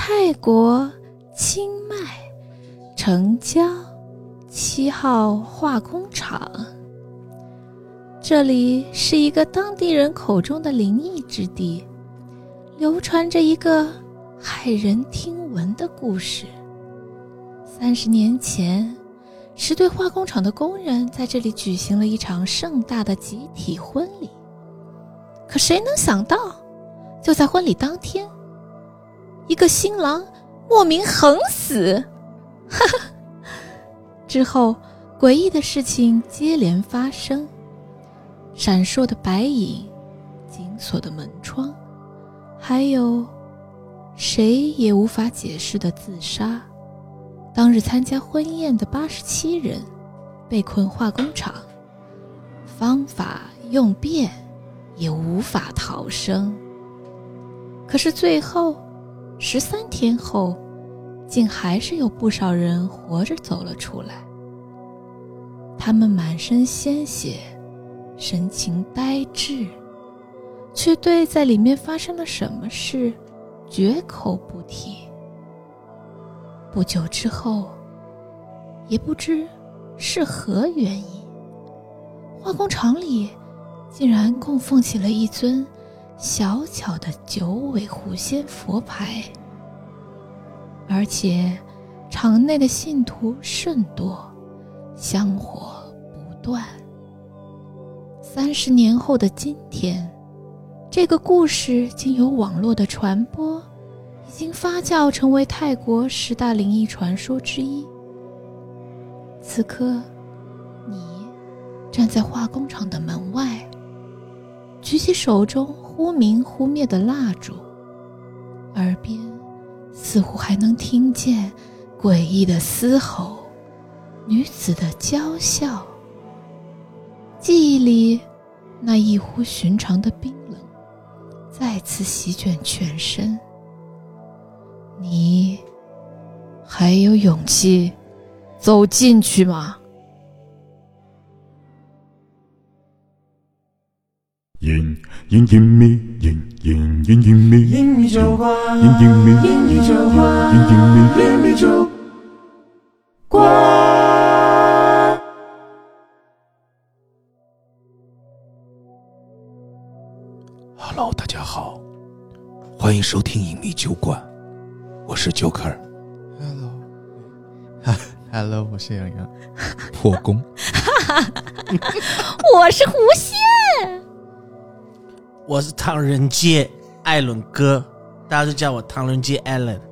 泰国清迈城郊7号化工厂。这里是一个当地人口中的灵异之地，流传着一个骇人听闻的故事。30年前10对化工厂的工人在这里举行了一场盛大的集体婚礼。可谁能想到，就在婚礼当天，一个新郎莫名横死。之后诡异的事情接连发生，闪烁的白影，紧锁的门窗，还有谁也无法解释的自杀。当日参加婚宴的87人被困化工厂，方法用遍也无法逃生。可是最后13天后，竟还是有不少人活着走了出来。他们满身鲜血，神情呆滞，却对在里面发生了什么事绝口不提。不久之后，也不知是何原因，化工厂里竟然供奉起了一尊小巧的9尾狐仙佛牌，而且场内的信徒甚多，香火不断。30年后的今天，这个故事经由网络的传播，已经发酵成为泰国10大灵异传说之一。此刻，你站在化工厂的门外，举起手中忽明忽灭的蜡烛，耳边似乎还能听见诡异的嘶吼，女子的娇笑。记忆里那异乎寻常的冰冷再次席卷全身。你还有勇气走进去吗？ 隐秘酒馆，隐秘酒馆。Hello， 大家好，欢迎收听隐秘酒馆，我是 Joker。Hello， 我是洋洋。 破功。 我是狐仙。 我是唐人街艾伦哥，大家都叫我唐人街艾伦。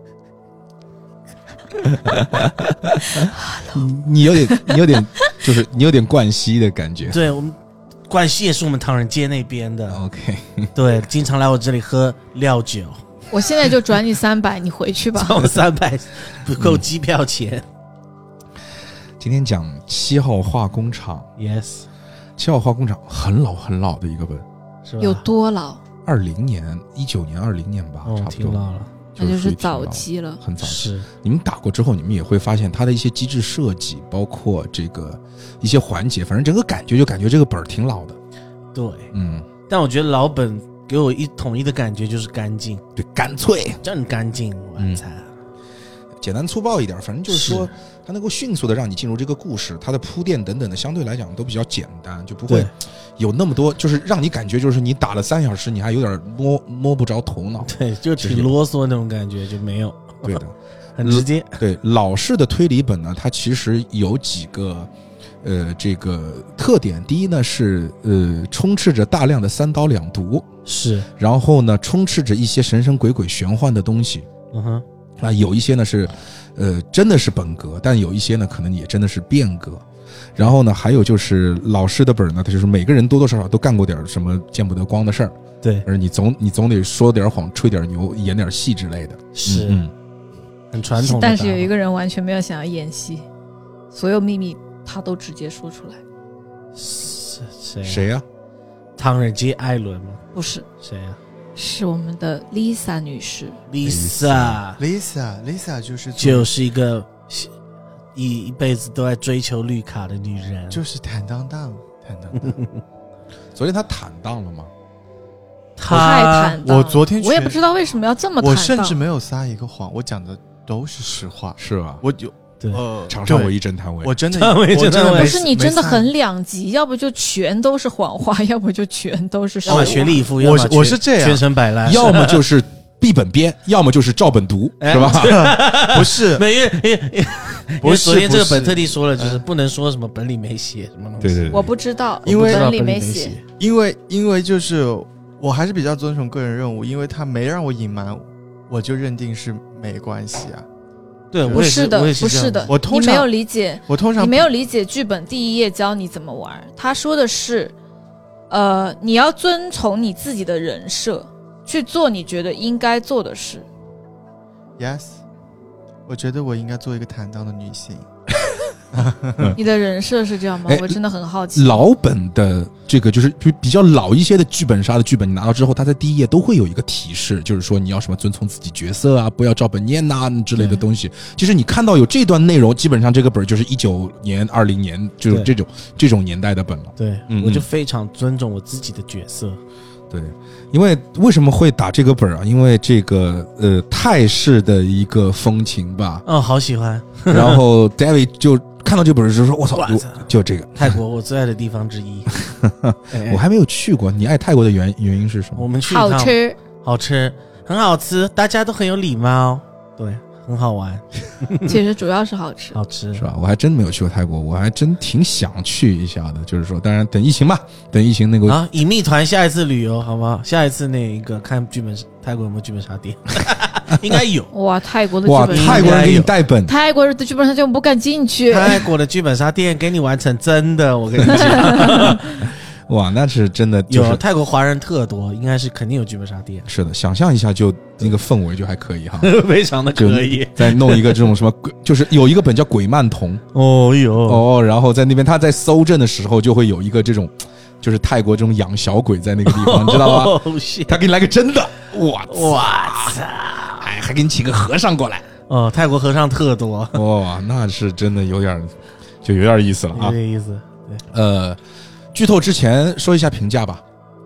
你有点就是你有点冠希的感觉。 对，我们冠希也是我们唐人街那边的。 OK， 对，经常来我这里喝料酒。 我现在就转你300，你回去吧。 转我300不够机票钱。 今天讲7号化工厂。 Yes， 7号化工厂很老的一个本， 是吧？ 有多老 ？19年、20年吧，差不多。 挺老了， 那就是早期了， 很早期。 是你们打过之后，你们也会发现它的一些机制设计，包括这个一些环节，反正整个感觉就感觉这个本挺老的。 对，但我觉得老本给我统一的感觉就是干净， 对，干脆， 真干净，我操。 简单粗暴一点，反正就是说它能够迅速的让你进入这个故事，它的铺垫等等的相对来讲都比较简单，就不会有那么多，就是让你感觉就是你打了3小时你还有点摸不着头脑。 对，就挺啰嗦那种感觉就没有。 对的， 很直接。 对，老式的推理本呢，它其实有几个这个特点。第一呢是充斥着大量的3刀2毒， 是， 然后呢充斥着一些神神鬼鬼玄幻的东西。有一些呢是真的是本格，但有一些呢可能也真的是变革。然后呢还有就是老式的本呢，它就是每个人多多少少都干过点什么见不得光的事儿。 对， 而你总得说点谎，吹点牛，演点戏之类的。 是，很传统的。 但是有一个人完全没有想要演戏，所有秘密他都直接说出来。 谁呀？ 唐人街艾伦吗？ 不是。 谁呀？ 是我们的 Lisa 女士。 Lisa 就是一个一辈子都在追求绿卡的女人， 就是坦荡荡。 昨天她坦荡了吗？ 太坦荡。 我昨天我也不知道为什么要这么坦荡。 我甚至没有撒一个谎，我讲的都是实话， 是吧？ 我有对场上唯一真贪唯， 我真的不不是你真的很两极，要不就全都是谎话，要不就全都是实话。 要么全力以赴， 我是这样全程摆烂， 要么就是闭本编，要么就是照本读，是吧？ 不是， 没因为昨天这个本特地说了，就是不能说什么本里没写什么东西。 对， 我不知道， 因为本里没写。 因为就是我还是比较遵从个人任务，因为他没让我隐瞒，我就认定是没关系啊。 对， 不是的，不是的，你没有理解，你没有理解剧本第一页教你怎么玩。他说的是，你要遵从你自己的人设去做你觉得应该做的事。 Yes， 我觉得我应该做一个坦荡的女性。 你的人设是这样吗？我真的很好奇。 老本的这个就是比较老一些的剧本杀的剧本，你拿到之后，它在第一页都会有一个提示，就是说你要什么遵从自己角色啊，不要照本念呐之类的东西。其实你看到有这段内容，基本上这个本就是19年、20年就是这种年代的本了。 对，我就非常尊重我自己的角色。 对，因为为什么会打这个本啊？因为这个泰式的一个风情吧。 好喜欢。 然后 David 就看到这本就说：“我操，就这个泰国我最爱的地方之一。” 我还没有去过，你爱泰国的原因是什么？ 我们去一趟，好吃，很好吃，大家都很有礼貌，对，很好玩。 其实主要是好吃， 好吃是吧？我还真没有去过泰国，我还真挺想去一下的。就是说，当然等疫情吧，等疫情那个啊，隐秘团下一次旅游好不好？下一次那个看剧本，泰国有没有剧本杀店？应该有。 哇，泰国的剧本杀， 泰国人给你带本， 泰国人的剧本杀店我不敢进去。 泰国的剧本杀店给你完成真的，我跟你讲。 哇，那是真的，就是有泰国华人特多，应该是肯定有剧本杀店。 是的，想象一下就那个氛围就还可以哈， 非常的可以。 再弄一个这种什么，就是有一个本叫《鬼曼童》然后在那边他在搜证的时候就会有一个这种，就是泰国这种养小鬼在那个地方，你知道吗？他给你来个真的，哇塞！ 哎，还给你请个和尚过来。 泰国和尚特多。 哇，那是真的有点意思了啊， 有点意思。对， 剧透之前说一下评价吧。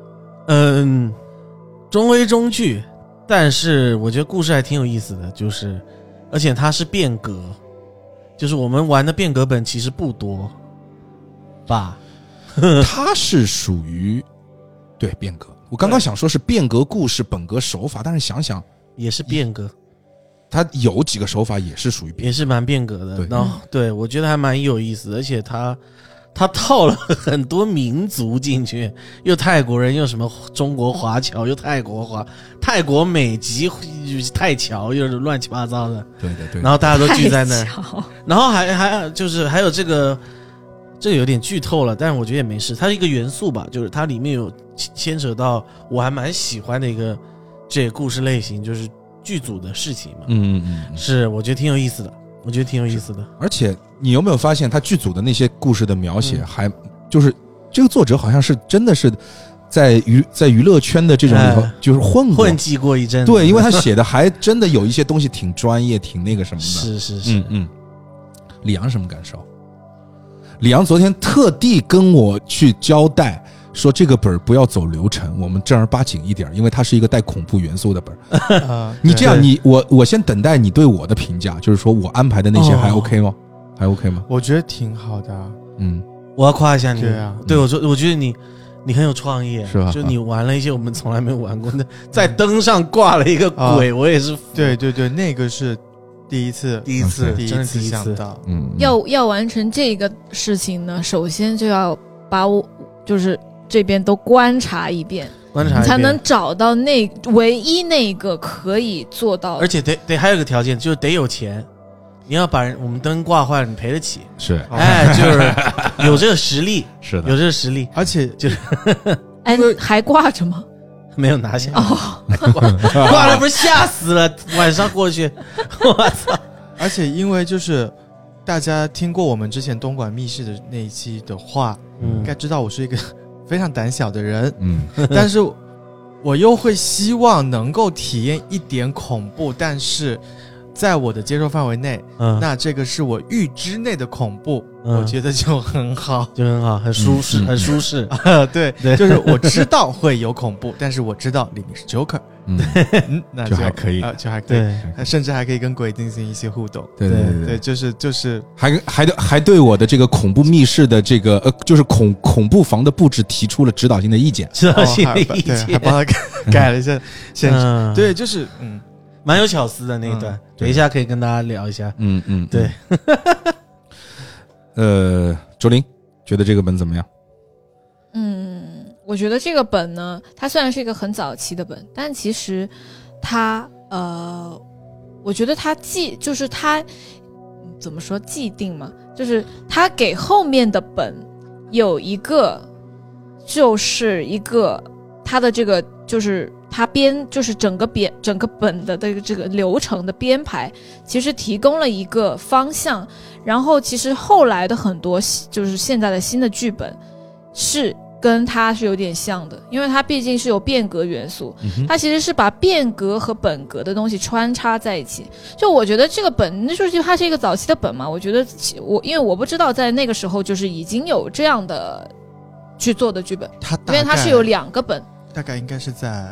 中规中矩，但是我觉得故事还挺有意思的，就是而且它是变革，就是我们玩的变革本其实不多吧。 它是属于对变革，我刚刚想说是变革故事本革手法，但是想想也是变革， 它有几个手法也是属于变革， 也是蛮变革的。 对， 然后对我觉得还蛮有意思的，而且它套了很多民族进去，又泰国人，又什么中国华侨，又泰国美籍泰侨，又是乱七八糟的。 对。 然后大家都聚在那儿，然后还就是还有这个有点剧透了，但是我觉得也没事。它是一个元素吧，就是它里面有牵扯到我还蛮喜欢的一个这个故事类型，就是剧组的事情嘛。是我觉得挺有意思的。而且你有没有发现他剧组的那些故事的描写还就是这个作者好像是真的是在娱乐圈的这种里头就是混迹过一阵。 对，因为他写的还真的有一些东西挺专业挺那个什么的。 是。 李阳什么感受？李阳昨天特地跟我去交代说这个本不要走流程，我们正儿八经一点，因为它是一个带恐怖元素的本。你这样，我先等待你对我的评价，就是说我安排的那些还 OK 吗？还 OK 吗？ 我觉得挺好的。 我要夸一下你。 对啊， 对，我觉得你很有创意， 是吧？ 就你玩了一些我们从来没有玩过的，在灯上挂了一个鬼，我也是。 对，那个是第一次想到。 要完成这个事情呢，首先就要把我就是这边都观察一遍，你才能找到唯一那个可以做到的。 而且得还有一个条件，就是得有钱，你要把我们灯挂坏了，你赔得起。 是， 就是有这个实力， 是的， 有这个实力， 而且就是还挂着吗？ 没有拿下挂了不是吓死了，晚上过去，我操！ 而且因为就是大家听过我们之前东莞密室的那一期的话，应该知道我是一个非常胆小的人，但是我又会希望能够体验一点恐怖，但是在我的接受范围内，那这个是我预知内的恐怖，我觉得就很好， 很舒适，很舒适。 对，就是我知道会有恐怖，但是我知道里面是 Joker， 那就还可以， 就还可以，甚至还可以跟鬼进行一些互动。 对， 就是还对我的这个恐怖密室的这个就是恐怖房的布置提出了指导性的意见， 指导性的意见， 还帮他改了一下限制。对，就是蛮有巧思的那一段，等一下可以跟大家聊一下。对。 周林觉得这个本怎么样？ 我觉得这个本呢，它虽然是一个很早期的本，但其实它我觉得它就是它怎么说既定嘛，就是它给后面的本有一个就是一个它的这个就是它就是整个本的这个流程的编排，其实提供了一个方向。然后其实后来的很多就是现在的新的剧本是跟它是有点像的，因为它毕竟是有变革元素，它其实是把变革和本格的东西穿插在一起。就我觉得这个本，那就是它是一个早期的本嘛，我觉得因为我不知道在那个时候就是已经有这样的去做的剧本，因为它是有2个本， 大概应该是在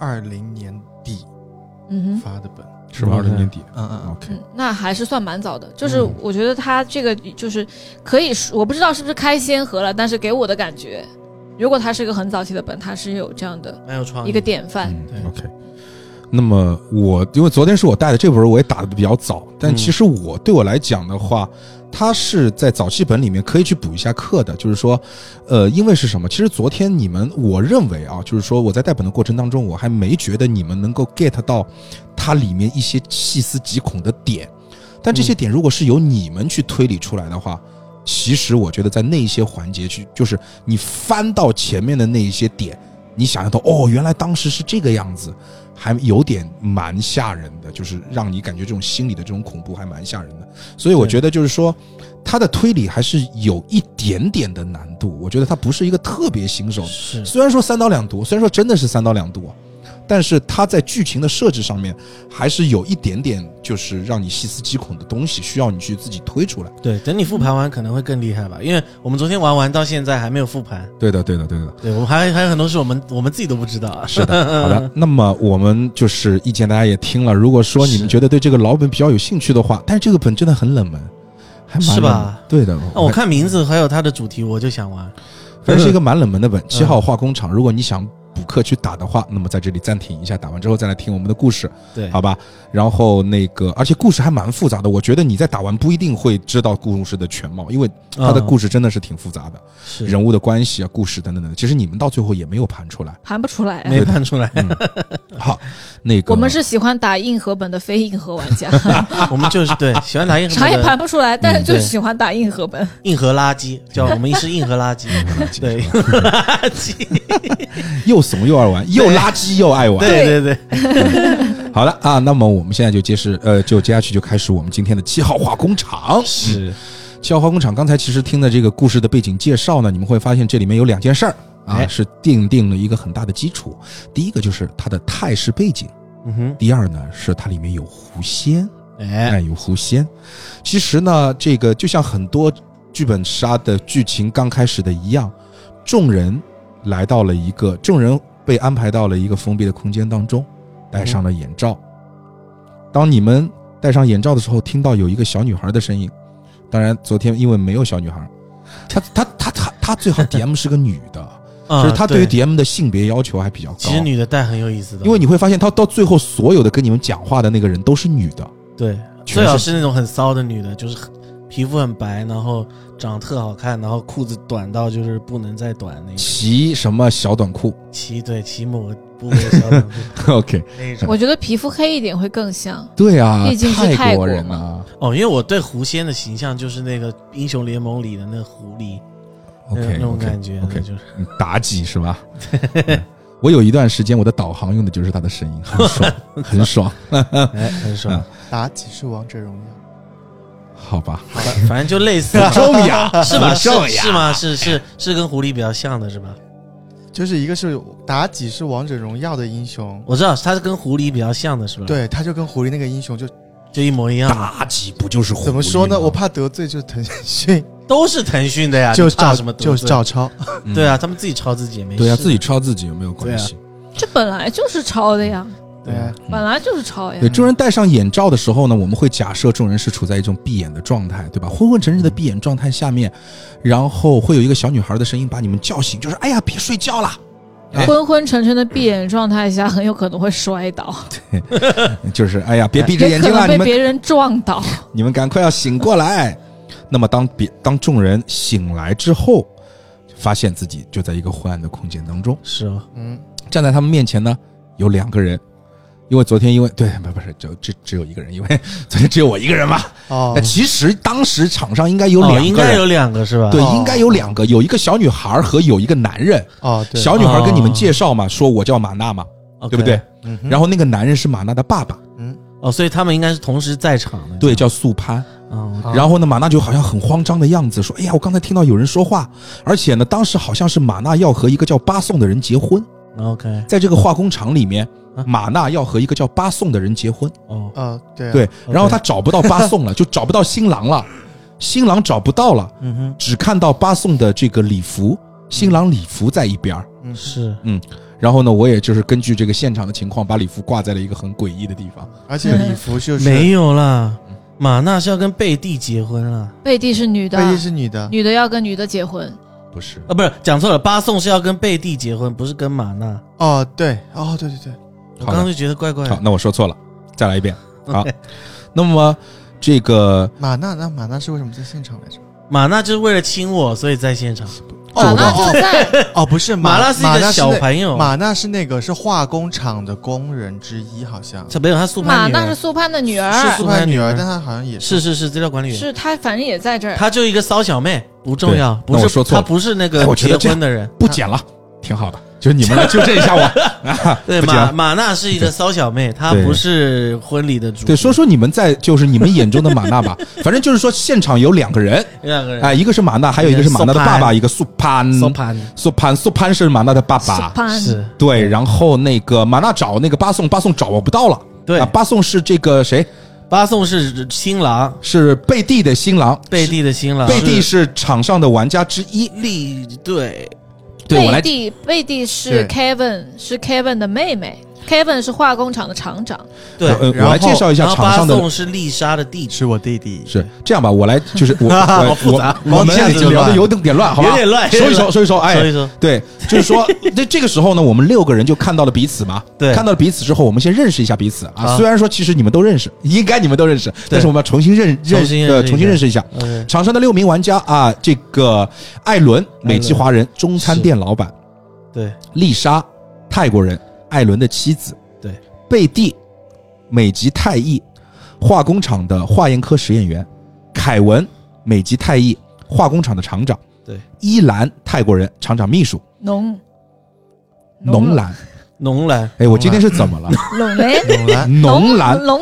20年底发的本。 是吧？20年底 ，OK， 那还是算蛮早的。就是我觉得他这个就是可以，我不知道是不是开先河了，但是给我的感觉，如果它是一个很早期的本，它是有这样的一个典范。 OK， 那么因为昨天是我带的这本，我也打的比较早，但其实对我来讲的话，它是在早期本里面可以去补一下课的，就是说，因为是什么？其实昨天我认为啊，就是说我在带本的过程当中，我还没觉得你们能够 get 到它里面一些细思极恐的点，但这些点如果是由你们去推理出来的话，其实我觉得在那一些环节就是你翻到前面的那一些点，你想象到原来当时是这个样子，还有点蛮吓人的，就是让你感觉这种心理的这种恐怖还蛮吓人的。所以我觉得就是说他的推理还是有一点点的难度，我觉得他不是一个特别新手，虽然说3刀2毒，虽然说真的是3刀2毒，但是他在剧情的设置上面还是有一点点就是让你细思极恐的东西，需要你去自己推出来。 对，等你复盘完可能会更厉害吧，因为我们昨天玩完到现在还没有复盘。 对的， 对，我们还有很多是我们自己都不知道啊。 是的，好的。那么我们就是意见大家也听了，如果说你们觉得对这个老本比较有兴趣的话，但是这个本真的很冷门，还蛮是吧？ 对的。 我看名字还有它的主题，我就想玩。 反正是一个蛮冷门的本，7号化工厂。如果你想补课去打的话，那么在这里暂停一下，打完之后再来听我们的故事， 对， 好吧？然后而且故事还蛮复杂的，我觉得你在打完不一定会知道故事的全貌，因为它的故事真的是挺复杂的，人物的关系啊、故事等等等，其实你们到最后也没有盘出来， 盘不出来， 没盘出来。 好， 我们是喜欢打硬核本的非硬核玩家， 我们就是对喜欢打硬核本， 啥也盘不出来，但是就是喜欢打硬核本， 硬核垃圾，叫我们是硬核垃圾，对，垃圾， 又怂又爱玩，又垃圾又爱玩， 对。 好了啊，那么我们现在就接下去就开始我们今天的7号化工厂。 是 7号化工厂，刚才其实听的这个故事的背景介绍呢，你们会发现这里面有2件事儿啊，是奠定了一个很大的基础。第一个就是它的态势背景，第二呢是它里面有狐仙，有狐仙。其实呢，这个就像很多剧本杀的剧情刚开始的一样，众人被安排到了一个封闭的空间当中，戴上了眼罩。当你们戴上眼罩的时候，听到有一个小女孩的声音。当然昨天因为没有小女孩，她最好 DM 是个女的，就是她对于 DM 的性别要求还比较高。 其实女的戴很有意思的， 因为你会发现她到最后所有的跟你们讲话的那个人都是女的。 对，最好是那种很骚的女的，就是皮肤很白，然后长得特好看，然后裤子短到就是不能再短那种。 骑什么小短裤？ 骑某个部位小短裤。 OK， 我觉得皮肤黑一点会更像。 对啊， 毕竟是泰国人啊。 因为我对狐仙的形象就是那个英雄联盟里的那个狐狸，那种感觉。 OK， 就是妲己是吧？我有一段时间我的导航用的就是他的声音，很爽，很爽， 很爽。 妲己是王者荣耀。 好吧， 反正就类似。 重雅是吧？是吗？是跟狐狸比较像的是吧？ 就是一个是妲己是王者荣耀的英雄， 我知道他是跟狐狸比较像的是吧？ 对，他就跟狐狸那个英雄就就一模一样。 妲己不就是胡怎么说呢？我怕得罪就是腾讯， 都是腾讯的呀， 就是照抄。 对啊，他们自己抄自己也没事。 对啊，自己抄自己有没有关系？ 这本来就是抄的呀。 对， 本来就是抄呀。 对，众人戴上眼罩的时候呢，我们会假设众人是处在一种闭眼的状态，对吧？昏昏沉沉的闭眼状态下面，然后会有一个小女孩的声音把你们叫醒，就是哎呀，别睡觉了。 昏昏沉沉的闭眼状态下，很有可能会摔倒。 对，就是哎呀，别闭着眼睛了， 被别人撞倒。 你们赶快要醒过来。那么当众人醒来之后，发现自己就在一个昏暗的空间当中。 是哦， 站在他们面前呢，有2个人。因为昨天对不是只有1个人，因为昨天只有我1个人嘛。那其实当时场上应该有2个人， 应该有2个是吧？ 对，应该有2个，有一个小女孩和有一个男人。 对， 小女孩跟你们介绍嘛，说我叫玛娜嘛，对不对？然后那个男人是玛娜的爸爸。 所以他们应该是同时在场的。 对，叫素潘。然后呢，玛娜就好像很慌张的样子，说：“哎呀，我刚才听到有人说话，而且呢，当时好像是玛娜要和一个叫巴颂的人结婚。” OK， 在这个化工厂里面，玛娜要和一个叫巴颂的人结婚。对，然后他找不到巴颂了，就找不到新郎了，新郎找不到了，只看到巴颂的这个礼服，新郎礼服在一边。然后呢，我也就是根据这个现场的情况，把礼服挂在了一个很诡异的地方， 而且礼服就是没有啦。玛娜是要跟贝蒂结婚了， 贝蒂是女的，女的要跟女的结婚。 不是不是讲错了，巴颂是要跟贝蒂结婚，不是跟玛娜。 对，对， 我刚刚就觉得怪怪的。 好，那我说错了，再来一遍。好，那么这个玛娜是为什么在现场来着？ 玛娜就是为了亲我，所以在现场。 玛娜就在不是， 玛娜是一个小朋友， 玛娜是那个是化工厂的工人之一，好像。 没有，她素潘女儿。 玛娜是素潘的女儿， 是素潘女儿，但她好像也是资料管理员， 是她，反正也在这儿。 她就一个骚小妹，不重要，不是我说错了， 她不是那个结婚的人， 不剪了，挺好的。就是你们来纠正一下我。 对，玛娜是一个骚小妹，她不是婚礼的主。 对，说你们就是你们眼中的玛娜吧。反正就是说，现场有2个人，一个是玛娜，还有一个是玛娜的爸爸，一个素潘。素潘是玛娜的爸爸， 是对。然后那个玛娜找那个巴颂找不到了。 对， 巴颂是这个谁？ 巴颂是新郎， 是贝蒂的新郎。 贝蒂是场上的玩家之一。 贝蒂是 Kevin 的妹妹。Kevin 是化工厂的厂长。 对， 我来介绍一下场上的。 巴颂是丽莎的弟弟， 是我弟弟。 是这样吧，我来就是我们聊的有点乱，好吧？ 有点乱。 说一说， 说一说。 对，就是说这个时候呢，我们6个人就看到了彼此嘛。 对， 看到了彼此之后，我们先认识一下彼此啊。虽然说其实你们都认识，应该你们都认识，但是我们要重新认识一下。场上的6名玩家啊，这个艾伦，美籍华人，中餐店老板。 对， 丽莎，泰国人。艾伦的妻子， 对， 贝蒂，美籍泰裔，化工厂的化验科实验员，凯文，美籍泰裔，化工厂的厂长， 对， 伊兰，泰国人，厂长秘书， 农兰， 哎，我今天是怎么了？ 农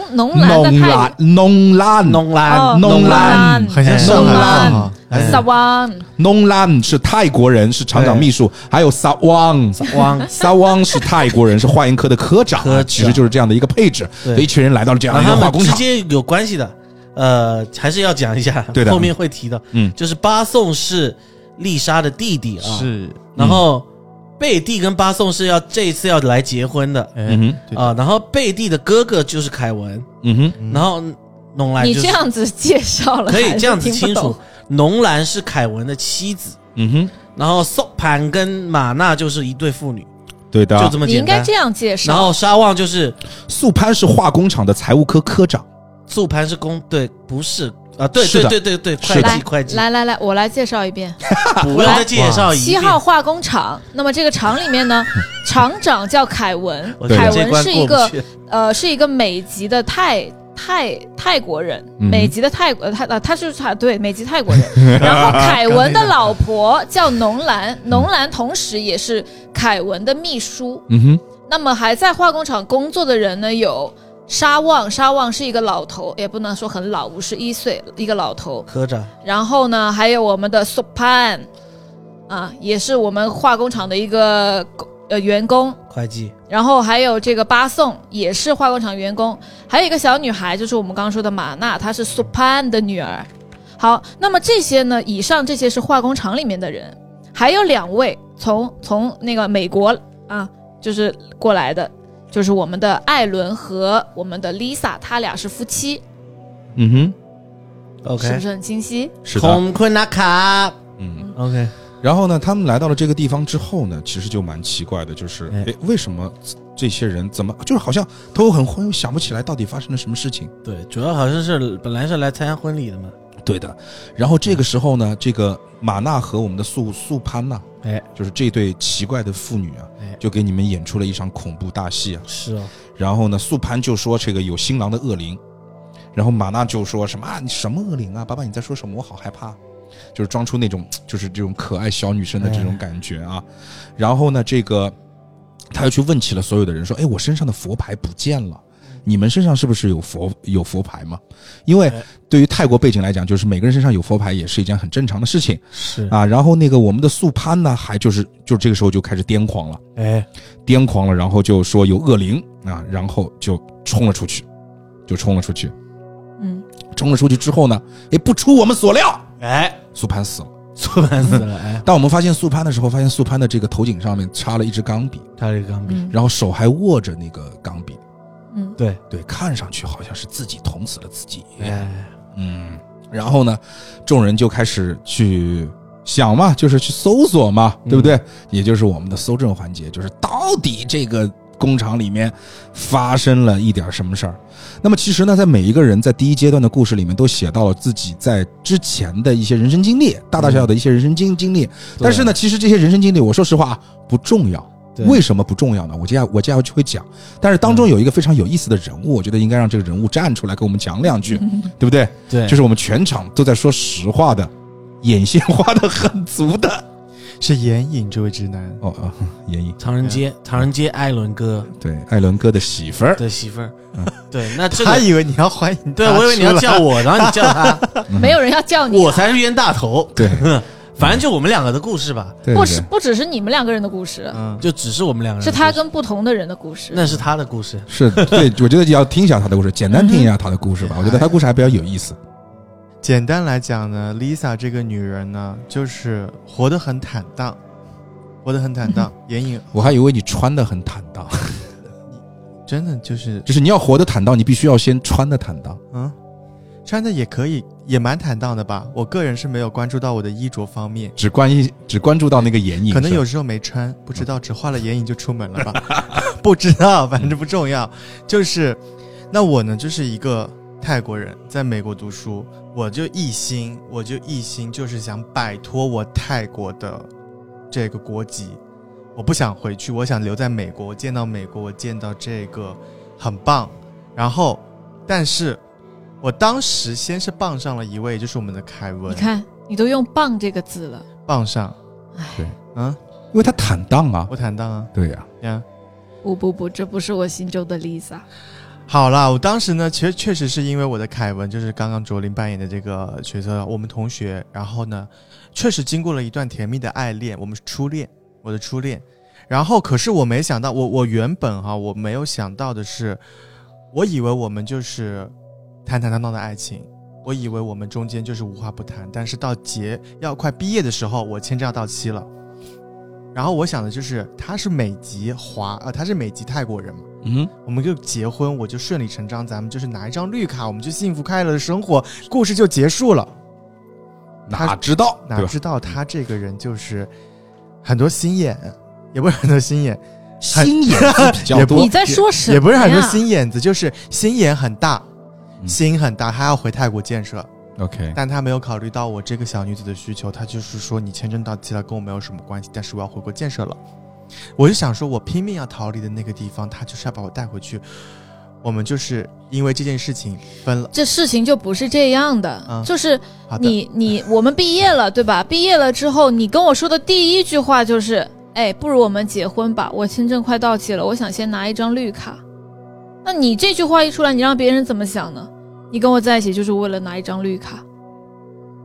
兰， 很像上海。 萨旺， 农兰是泰国人，是厂长秘书，还有萨旺是泰国人，是化验科的科长，其实就是这样的一个配置。一群人来到了这样的一个化工厂， 直接有关系的。还是要讲一下， 对的， 后面会提到，就是巴颂是丽莎的弟弟啊， 是， 然后贝蒂跟巴颂是这一次要来结婚的，然后贝蒂的哥哥就是凯文，然后农兰， 你这样子介绍了， 可以这样子清楚。农兰是凯文的妻子，然后素潘跟玛娜就是一对父女， 对的， 就这么简单。 你应该这样介绍。 然后沙旺就是素潘是化工厂的财务科科长， 素潘是对，不是啊，对，会计。 来，我来介绍一遍。 不要再介绍一遍。 7号化工厂，那么这个厂里面呢，厂长叫凯文，凯文是一个美籍的泰国人，美籍的泰国，他是美籍泰国人。然后凯文的老婆叫农兰，农兰同时也是凯文的秘书。那么还在化工厂工作的人呢，有沙旺是一个老头，也不能说很老，51岁一个老头科长。 然后呢，还有我们的素潘啊，也是我们化工厂的一个员工会计， 然后还有这个巴颂也是化工厂员工，还有一个小女孩就是我们刚刚说的玛娜，她是苏潘的女儿。好，那么这些呢，以上这些是化工厂里面的人，还有2位从那个美国啊就是过来的，就是我们的艾伦和我们的 Lisa， 他俩是夫妻。 OK， 是不是很清晰？ 是的。 OK。 然后呢，他们来到了这个地方之后呢，其实就蛮奇怪的，就是为什么这些人怎么就是好像头很昏，又想不起来到底发生了什么事情？ 对，主要好像是本来是来参加婚礼的嘛。 对的。然后这个时候呢，这个玛娜和我们的素潘呐，就是这对奇怪的父女啊，就给你们演出了一场恐怖大戏啊。 是哦。 然后呢，素潘就说这个有新郎的恶灵，然后玛娜就说什么啊，你什么恶灵啊？爸爸你在说什么？我好害怕。就是装出那种就是这种可爱小女生的这种感觉啊。然后呢，这个他又去问起了所有的人，说我身上的佛牌不见了，你们身上是不是有佛牌吗？因为对于泰国背景来讲，就是每个人身上有佛牌也是一件很正常的事情。 是啊。然后那个我们的素潘呢，还就这个时候就开始癫狂了，癫狂了，然后就说有恶灵啊，然后就冲了出去。冲了出去之后呢，不出我们所料，素潘死了。当我们发现素潘的时候，发现素潘的这个头颈上面插了一支钢笔，然后手还握着那个钢笔。 对， 看上去好像是自己捅死了自己。然后呢，众人就开始去想嘛，就是去搜索嘛，对不对？也就是我们的搜证环节，就是到底这个工厂里面发生了一点什么事儿。那么其实呢，在每一个人在第一阶段的故事里面都写到了自己在之前的一些人生经历，大大小小的一些人生经历。但是呢，其实这些人生经历我说实话不重要。为什么不重要呢？我接下来就会讲。但是当中有一个非常有意思的人物，我觉得应该让这个人物站出来给我们讲2句，对不对？ 对， 就是我们全场都在说实话的，眼线画的很足的， 是眼影这位直男。 眼影。 唐人街艾伦哥。 对，艾伦哥的媳妇儿。 对，那这个他以为你要欢迎他， 对，我以为你要叫我，然后你叫他。 没有人要叫你， 我才是冤大头。 对。 反正就我们2个的故事吧， 不只是你们2个人的故事， 就只是我们2个人， 是他跟不同的人的故事， 那是他的故事， 是对，我觉得要听一下他的故事，简单听一下他的故事吧，我觉得他故事还比较有意思。 简单来讲呢 ，Lisa 这个女人呢，就是活得很坦荡，眼影。 我还以为你穿得很坦荡， 真的就是你要活得坦荡，你必须要先穿得坦荡。 穿的也可以，也蛮坦荡的吧。我个人是没有关注到我的衣着方面， 只关注到那个眼影， 可能有时候没穿，不知道，只画了眼影就出门了吧？不知道，反正不重要。就是那我呢，就是一个泰国人，在美国读书，我就一心就是想摆脱我泰国的这个国籍，我不想回去，我想留在美国。我见到美国，我见到这个很棒，然后但是。我当时先是傍上了一位，就是我们的凯文。 你看，你都用"傍"这个字了。 傍上， 对，因为他坦荡啊， 我坦荡啊， 对呀， 不，这不是我心中的 Lisa。 好啦，我当时呢，其实确实是因为我的凯文，就是刚刚卓林扮演的这个角色，我们同学，然后呢，确实经过了一段甜蜜的爱恋，我们是我的初恋。然后，可是我没想到，我原本我没有想到的是，我以为我们就是坦坦荡荡的爱情，我以为我们中间就是无话不谈，但是到要快毕业的时候，我签证要到期了，然后我想的就是他是美籍泰国人嘛，我们就结婚，我就顺理成章，咱们就是拿一张绿卡，我们就幸福快乐的生活，故事就结束了。 哪知道他这个人就是很多心眼，也不是很多心眼， 心眼比较多。 你在说什么呀？ 也不是很多心眼子，就是心眼很大。心很大，他要回泰国建设 ，OK， 但他没有考虑到我这个小女子的需求，他就是说你签证到期了，跟我没有什么关系，但是我要回国建设了。我就想说，我拼命要逃离的那个地方，他就是要把我带回去。我们就是因为这件事情分了。 这事情就不是这样的，就是我们毕业了，对吧？毕业了之后，你跟我说的第一句话就是，不如我们结婚吧，我签证快到期了，我想先拿一张绿卡。那你这句话一出来，你让别人怎么想呢？你跟我在一起就是为了拿一张绿卡，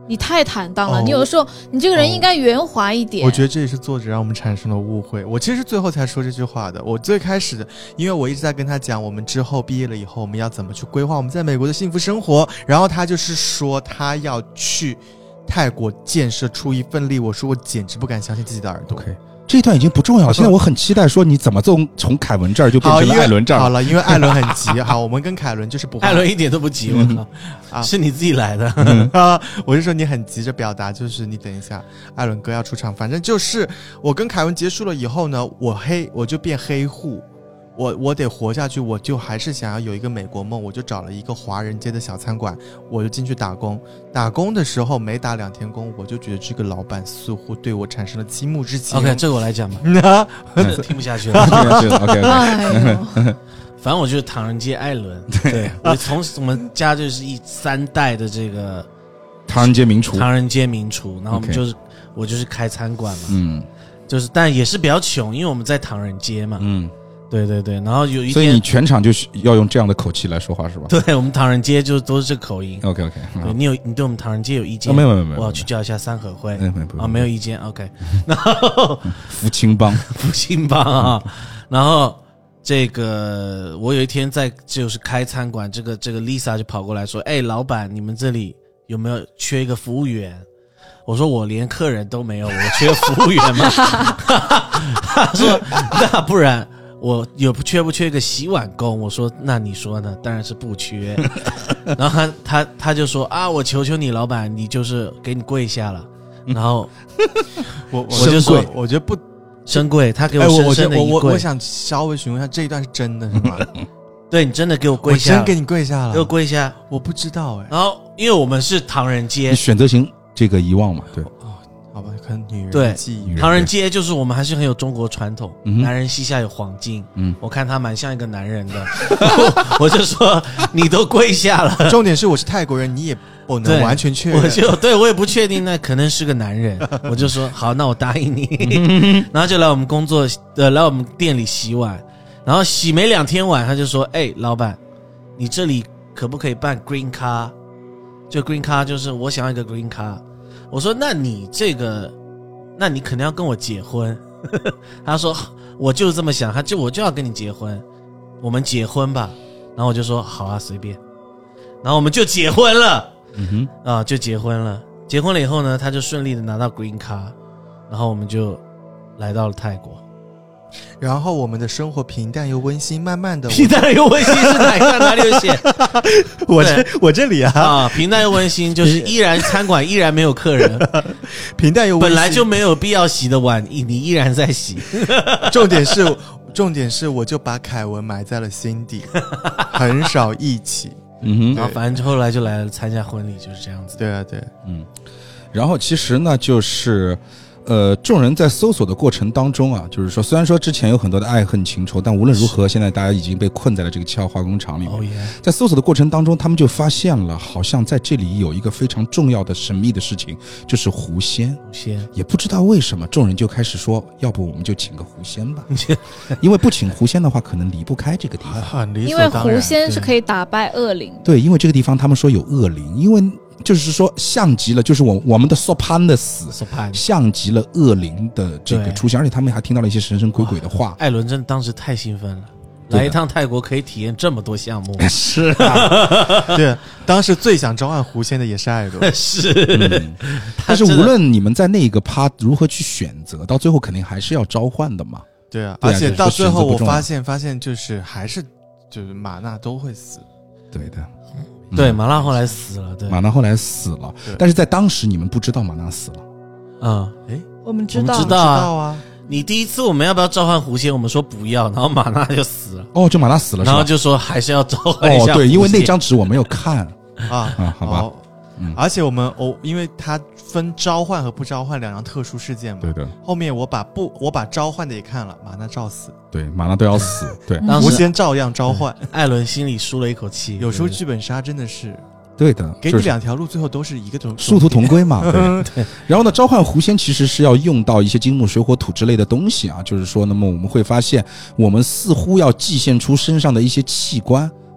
你太坦荡了，你有的时候你这个人应该圆滑一点。 我觉得这也是作者让我们产生了误会。我其实最后才说这句话的。我最开始的，因为我一直在跟他讲，我们之后毕业了以后，我们要怎么去规划我们在美国的幸福生活。然后他就是说他要去泰国建设出一份力。我说我简直不敢相信自己的耳朵。 OK， 这一段已经不重要了。现在我很期待说你怎么从凯文这儿就变成了艾伦这儿。 好了，因为艾伦很急。好，我们跟凯伦就是不会。 艾伦一点都不急，我靠，是你自己来的。 我是说你很急着表达，就是你等一下，艾伦哥要出场。反正就是我跟凯文结束了以后呢，我就变黑户。我得活下去，我就还是想要有一个美国梦，我就找了一个华人街的小餐馆，我就进去打工。打工的时候没打2天工，我就觉得这个老板似乎对我产生了倾慕之情。 OK， 这个我来讲吧。听不下去了。 OK， 反正我就是唐人街艾伦。对，我从我们家就是3代的这个唐人街名厨。 然后我就是开餐馆嘛。就是但也是比较穷，因为我们在唐人街嘛。对，然后有一天， 所以你全场就是要用这样的口气来说话是吧？ 对，我们唐人街就都是这口音。 OK， 对，你对我们唐人街有意见？ 没有， 我要去叫一下三合会。没有意见。OK， 然后福清帮啊，然后这个我有一天就是开餐馆，这个 Lisa 就跑过来说：“哎，老板，你们这里有没有缺一个服务员？”我说我连客人都没有，我缺服务员吗？他说那不然。我缺不缺一个洗碗工？我说那你说呢？当然是不缺。然后他就说啊，我求求你老板，你就是给你跪下了。然后我就说我觉得不深跪，他给我深深的一跪。 我想稍微询问一下，这一段是真的是吗？ 对，你真的给我跪下了。 我真给你跪下了， 给我跪下。 我不知道然后因为我们是唐人街， 你选择型这个遗忘嘛，对。 好吧，可能女人对记忆。 唐人街就是我们还是很有中国传统，男人膝下有黄金。我看他蛮像一个男人的，我就说你都跪下了。 重点是我是泰国人，你也不能完全确认。 我也不确定，那可能是个男人。我就说好，那我答应你。然后就来我们来我们店里洗碗，然后洗没2天碗，他就说：“哎，老板，你这里可不可以办 green card？ 就 green card 就是我想要一个 green card。”我说那你肯定要跟我结婚。他说我就这么想，我就要跟你结婚，我们结婚吧。然后我就说好啊，随便。然后我们就结婚了。就结婚了。结婚了以后呢，他就顺利的拿到 green card， 然后我们就来到了泰国。 然后我们的生活平淡又温馨，慢慢的平淡又温馨是哪里有写？ 我这里啊， 平淡又温馨就是依然餐馆依然没有客人， 平淡又温馨， 本来就没有必要洗的碗，你依然在洗。 重点是，我就把凯文埋在了心底，很少一起。 然后反正后来就来了参加婚礼，就是这样子。 对啊， 然后其实呢，就是众人在搜索的过程当中啊，就是说，虽然说之前有很多的爱恨情仇，但无论如何，现在大家已经被困在了这个7号化工厂里面。在搜索的过程当中，他们就发现了，好像在这里有一个非常重要的神秘的事情，就是狐仙。也不知道为什么，众人就开始说，要不我们就请个狐仙吧，因为不请狐仙的话，可能离不开这个地方。 因为狐仙是可以打败恶灵。 对，因为这个地方他们说有恶灵，因为就是说像极了，就是我们的索潘的死，像极了恶灵的这个出现，而且他们还听到了一些神神鬼鬼的话。 艾伦真的当时太兴奋了，来一趟泰国可以体验这么多项目。 是啊， 对，当时最想召唤狐仙的也是艾伦。 是， 但是无论你们在那个趴如何去选择，到最后肯定还是要召唤的嘛。 对啊，而且到最后我发现就是还是就是玛娜都会死。 对的。 对，玛娜后来死了。对， 玛娜后来死了，但是在当时你们不知道玛娜死了。 我们知道啊。 你第一次我们要不要召唤狐仙？我们说不要，然后玛娜就死了。 就玛娜死了， 然后就说还是要召唤一下。 对，因为那张纸我没有看好吧。 而且因为它分召唤和不召唤2样特殊事件嘛。 对的。 后面我把召唤的也看了，玛娜照死。 对，玛娜都要死。对， 狐仙照样召唤。 艾伦心里舒了一口气。 有时候剧本杀真的是。 对的， 给你2条路，最后都是一个殊途同归嘛。对。然后呢，召唤狐仙其实是要用到一些金木水火土之类的东西啊，就是说，那么我们会发现，我们似乎要祭献出身上的一些器官，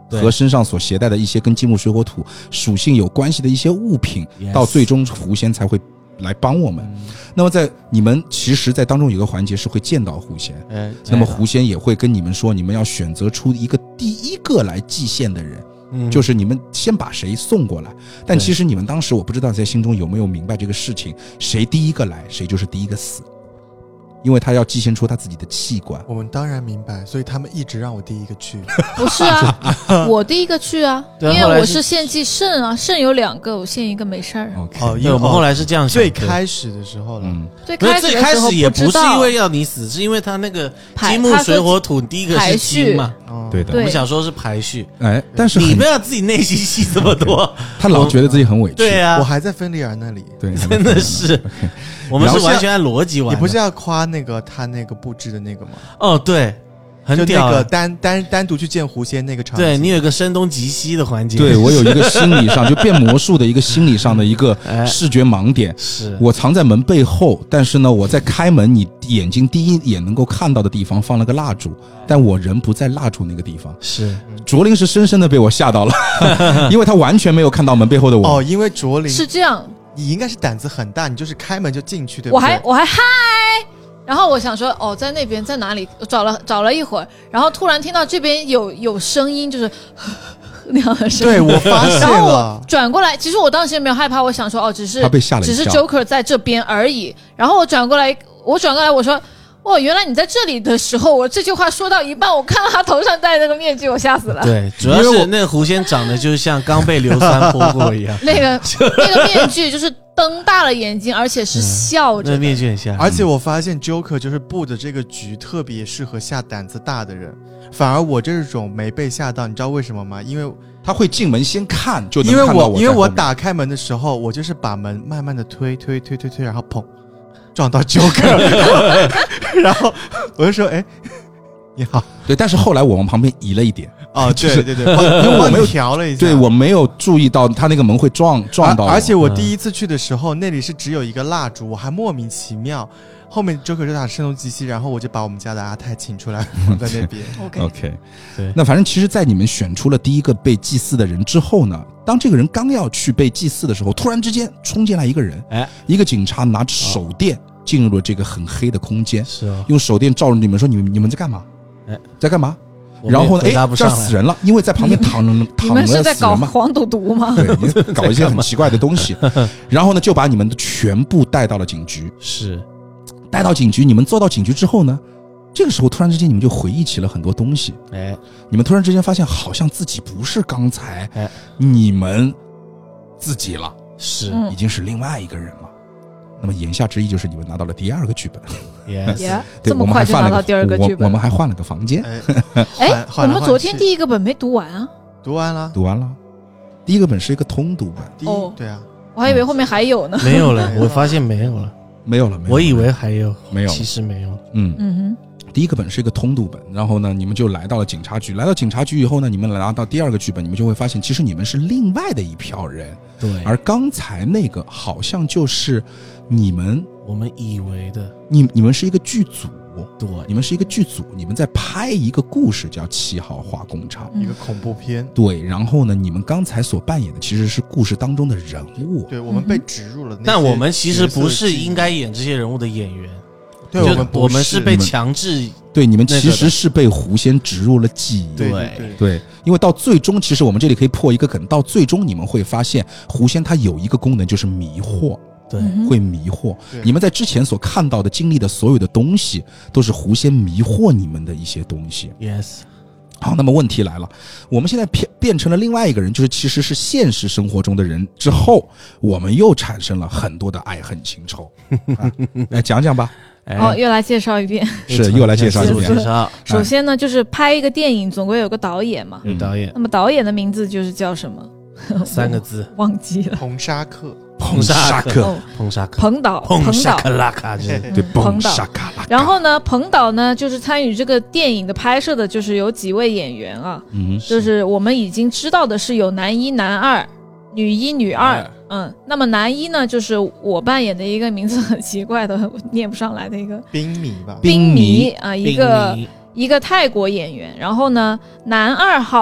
和身上所携带的一些跟金木水火土属性有关系的一些物品，到最终狐仙才会来帮我们。那么在你们其实在当中有个环节是会见到狐仙，那么狐仙也会跟你们说，你们要选择出一个第一个来祭献的人，就是你们先把谁送过来。但其实你们当时我不知道在心中有没有明白这个事情，谁第一个来谁就是第一个死，因为他要祭献出他自己的器官。 我们当然明白，所以他们一直让我第一个去。 不是啊，我第一个去啊，因为我是献祭肾啊，肾有2个，我献一个没事儿。 哦， 因为我们后来是这样想， 最开始的时候了， 最开始也不是因为要你死，是因为他那个金木水火土第一个是金嘛， 对的， 我们想说是排序， 但是你不要自己内心戏这么多， 他老觉得自己很委屈。 对啊， 我还在芬里尔那里， 对， 真的是，我们是完全按逻辑玩的。 你不是要夸那个他那个布置的那个吗？ 哦，对。很屌， 就那个单独去见狐仙那个场景， 对你有一个声东击西的环节， 对我有一个心理上就变魔术的一个心理上的一个视觉盲点， 是我藏在门背后，但是呢，我在开门你眼睛第一眼能够看到的地方放了个蜡烛，但我人不在蜡烛那个地方。 是卓林是深深的被我吓到了，因为他完全没有看到门背后的我。 哦，因为卓林是这样， 你应该是胆子很大，你就是开门就进去，对不对？我还嗨。然后我想说，哦，在那边在哪里？找了一会儿，然后突然听到这边有声音，就是那样的声音。 对，我发现了。 然后我转过来，其实我当时也没有害怕，我想说，哦，只是 Joker 在这边而已。然后我转过来，我说，哦，原来你在这里的时候，我这句话说到一半，我看到他头上戴那个面具，我吓死了。 对，主要是那个狐仙长得就是像刚被硫酸泼过一样。 那个面具就是瞪大了眼睛，而且是笑着。 那面具很像。 而且我发现 Joker 就是布的这个局特别适合下胆子大的人，反而我这种没被吓到，你知道为什么吗？因为他会进门先看，就能看到我。 因为我打开门的时候，我就是把门慢慢的推，然后砰。撞到 Joker， 然后我就说：“哎，你好。” 对，但是后来我往旁边移了一点。 哦，对，因为我没有调了一下， 对我没有注意到他那个门会撞到我。 而且我第一次去的时候，那里是只有一个蜡烛，我还莫名其妙。后面 Joker 就打声东击西，然后我就把我们家的阿泰请出来放在那边。 OK， 对。那反正其实，在你们选出了第一个被祭祀的人之后呢，当这个人刚要去被祭祀的时候，突然之间冲进来一个人，一个警察拿着手电进入了这个很黑的空间，用手电照着你们说：“你们在干嘛？在干嘛？”然后呢？这死人了，因为在旁边躺了死人嘛。 你们是在搞黄赌毒吗？ 对，搞一些很奇怪的东西。然后呢，就把你们的全部带到了警局。 是。 带到警局，你们坐到警局之后呢，这个时候突然之间你们就回忆起了很多东西。你们突然之间发现好像自己不是刚才你们自己了， 是已经是另外一个人了。那么言下之意就是你们拿到了第2个剧本。 对，这么快就拿到第2个剧本。 我们还换了个房间。 我们昨天第1个本没读完啊。 读完了。 第1个本是一个通读本。 对啊， 我还以为后面还有呢。 没有了，我发现没有了。 没有了， 我以为还有， 没有， 其实没有。 第1个本是一个通读本，然后呢，你们就来到了警察局。来到警察局以后呢，你们拿到第2个剧本，你们就会发现，其实你们是另外的一票人。 对， 而刚才那个好像就是我们以为的， 你们是一个剧组。 对， 你们是一个剧组，你们在拍一个故事，叫7号化工厂， 一个恐怖片。 对，然后呢，你们刚才所扮演的其实是故事当中的人物。 对，我们被植入了。 但我们其实不是应该演这些人物的演员。 对， 我们是被强制。 对，你们其实是被狐仙植入了记忆。 对， 因为到最终，其实我们这里可以破一个梗，到最终你们会发现，狐仙它有一个功能就是迷惑。 对， 会迷惑你们在之前所看到的、经历的所有的东西，都是狐仙迷惑你们的一些东西。 Yes。 好，那么问题来了，我们现在变成了另外一个人，就是其实是现实生活中的人之后，我们又产生了很多的爱恨情仇。来讲讲吧。 又来介绍一遍。 是，又来介绍一遍。 首先呢，就是拍一个电影，总归有个导演嘛。 导演。 那么导演的名字就是叫什么 ？3个字， 忘记了。 彭沙克。 彭导， 对，彭导。 然后呢，彭导呢，就是参与这个电影的拍摄的，就是有几位演员啊，就是我们已经知道的是有男1、男2、女1、女2。那么男1呢，就是我扮演的一个名字很奇怪的，念不上来的一个冰迷吧， 冰迷啊，一个泰国演员。然后呢，男2号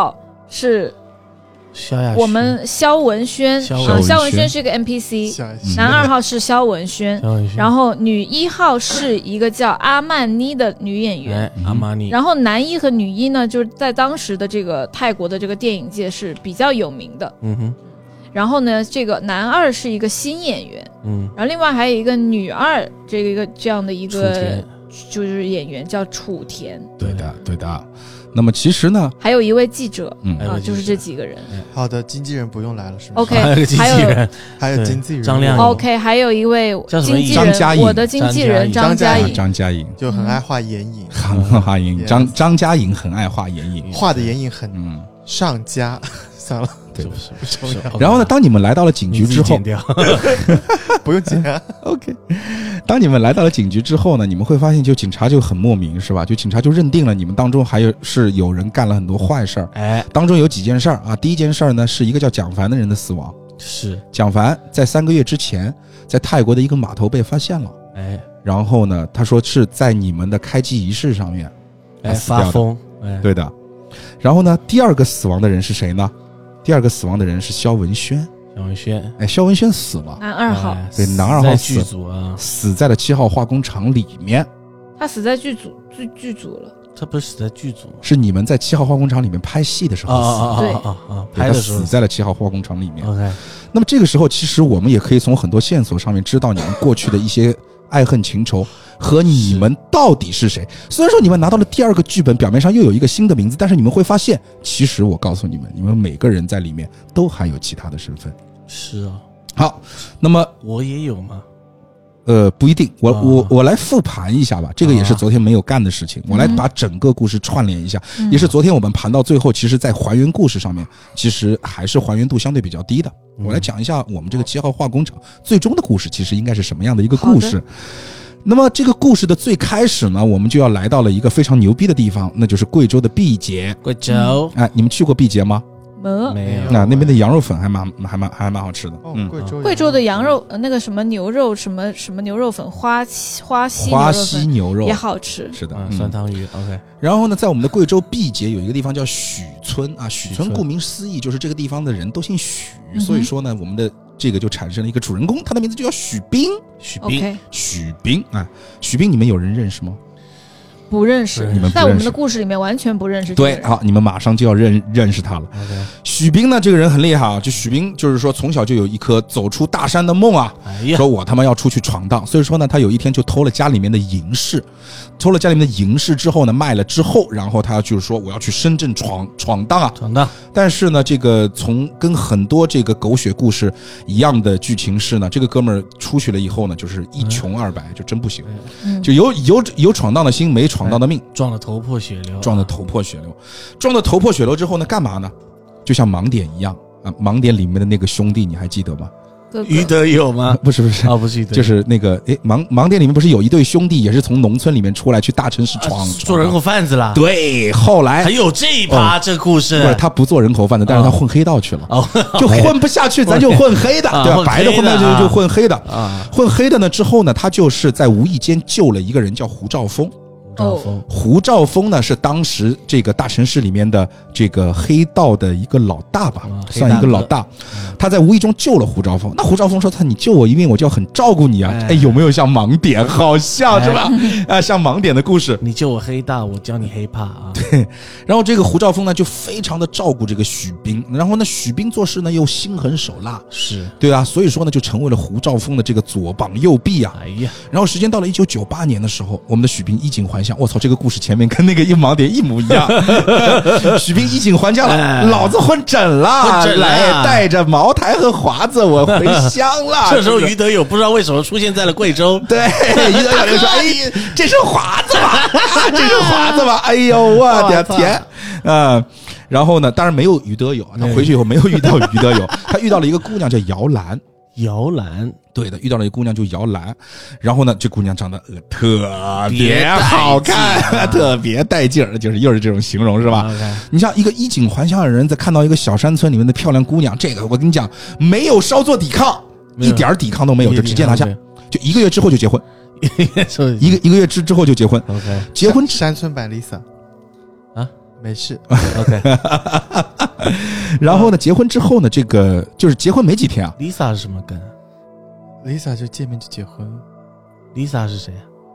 是萧亚我们萧文轩萧啊，萧文轩文轩是一个 NPC， 下男2号是萧文轩，然后女1号是一个叫阿曼妮的女演员， 阿玛尼， 然后男1和女1呢，就是在当时的这个泰国的这个电影界是比较有名的。然后呢，这个男2是一个新演员，然后另外还有一个女2，这样的一个就是演员叫楚田。 对的，对的。那么其实呢， 还有一位记者，就是这几个人。 好的，经纪人不用来了是吗 ？OK， 还有个经纪人， 还有经纪人张亮。 OK， 还有一位经纪人，我的经纪人张嘉颖。 张嘉颖就很爱画眼影， 很爱画眼影。张嘉颖很爱画眼影， 画的眼影很上佳。算了， 对， 不重要。 然后呢，当你们来到了警局之后， 不用剪啊。 OK， 当你们来到了警局之后呢，你们会发现，就警察就很莫名，是吧？就警察就认定了你们当中是有人干了很多坏事儿。当中有几件事儿啊。第一件事儿呢，是一个叫蒋凡的人的死亡。 是蒋凡在3个月之前，在泰国的一个码头被发现了。然后呢，他说是在你们的开机仪式上面发疯。 对的。然后呢，第2个死亡的人是谁呢？第2个死亡的人是萧文轩。萧文轩死了， 男2号。 对，男2号死在了7号化工厂里面。 他死在剧组了。 他不是死在剧组吗？ 是你们在7号化工厂里面拍戏的时候死的。 对， 拍的时候死在了7号化工厂里面。 OK， 那么这个时候，其实我们也可以从很多线索上面知道你们过去的一些爱恨情仇和你们到底是谁。虽然说你们拿到了第2个剧本，表面上又有一个新的名字，但是你们会发现，其实我告诉你们，你们每个人在里面都还有其他的身份。 是啊。 好，那么我也有吗？ 不一定，我来复盘一下吧，这个也是昨天没有干的事情，我来把整个故事串联一下，也是昨天我们盘到最后，其实在还原故事上面，其实还是还原度相对比较低的。我来讲一下我们这个7号化工厂最终的故事，其实应该是什么样的一个故事。那么这个故事的最开始呢，我们就要来到了一个非常牛逼的地方，那就是贵州的毕节。 贵州， 你们去过毕节吗？ 没有。 那边的羊肉粉还蛮好吃的。 贵州的羊肉，那个什么牛肉，什么牛肉粉，花溪牛肉也好吃。 是的， 酸汤鱼。OK。 然后呢，在我们的贵州毕节有一个地方叫许村啊，许村顾名思义就是这个地方的人都姓许，所以说呢，我们的这个就产生了一个主人公，他的名字就叫许斌。许斌啊，许斌，你们有人认识吗？ 不认识，在我们的故事里面完全不认识这个人。 对，好，你们马上就要认识他了。许斌呢，这个人很厉害啊，就许斌就是说从小就有一颗走出大山的梦啊，说我他妈要出去闯荡，所以说呢，他有一天就偷了家里面的银饰，之后呢，卖了之后，然后他就是说我要去深圳闯荡。但是呢，这个跟很多这个狗血故事一样的剧情是呢，这个哥们儿出去了以后呢，就是一穷二白，就真不行，就有闯荡的心，没闯荡的命， 撞得头破血流之后呢，干嘛呢？就像盲点一样啊，盲点里面的那个兄弟你还记得吗？ 于德友吗？ 不是啊，不是， 就是那个盲点里面不是有一对兄弟也是从农村里面出来去大城市做人口贩子了？ 对，后来还有这一趴这故事。 不是，他不做人口贩子，但是他混黑道去了，就混不下去，咱就混黑的，对吧？白的混不下去就混黑的混黑的呢之后呢，他就是在无意间救了一个人叫胡兆峰。胡兆峰呢是当时这个大城市里面的这个黑道的一个老大吧，算一个老大。他在无意中救了胡兆峰。那胡兆峰说：“你救我一命，我就要很照顾你啊。”有没有像盲点？好像是吧？像盲点的故事。 你救我黑大，我教你黑怕啊。 对。然后这个胡兆峰呢就非常的照顾这个许斌，然后呢许斌做事呢又心狠手辣， 是对啊，所以说呢就成为了胡兆峰的这个左膀右臂啊。然后时间到了1998年的时候，我们的许斌衣锦还乡。我操，这个故事前面跟那个一盲点一模一样。许斌衣锦还乡了，老子混整了，来带着茅台和华子我回乡了。 这时候于德友不知道为什么出现在了贵州。 对，于德友就说：“哎，这是华子吧？这是华子吧？哎呦我的天！”然后呢，当然没有于德友，他回去以后没有遇到于德友，他遇到了一个姑娘叫姚兰。对的，遇到了一个姑娘就姚兰，然后呢，这姑娘长得特别好看，特别带劲儿，就是又是这种形容是吧？你像一个衣锦还乡的人，在看到一个小山村里面的漂亮姑娘，这个我跟你讲，没有稍作抵抗，一点抵抗都没有，就直接拿下，就1个月之后就结婚，一个月之后就结婚。结婚山村版 Lisa。 没事。 OK。 然后呢，结婚之后呢，这个就是结婚没几天啊。 Lisa 是什么梗 Lisa 就见面就结婚。 Lisa 是谁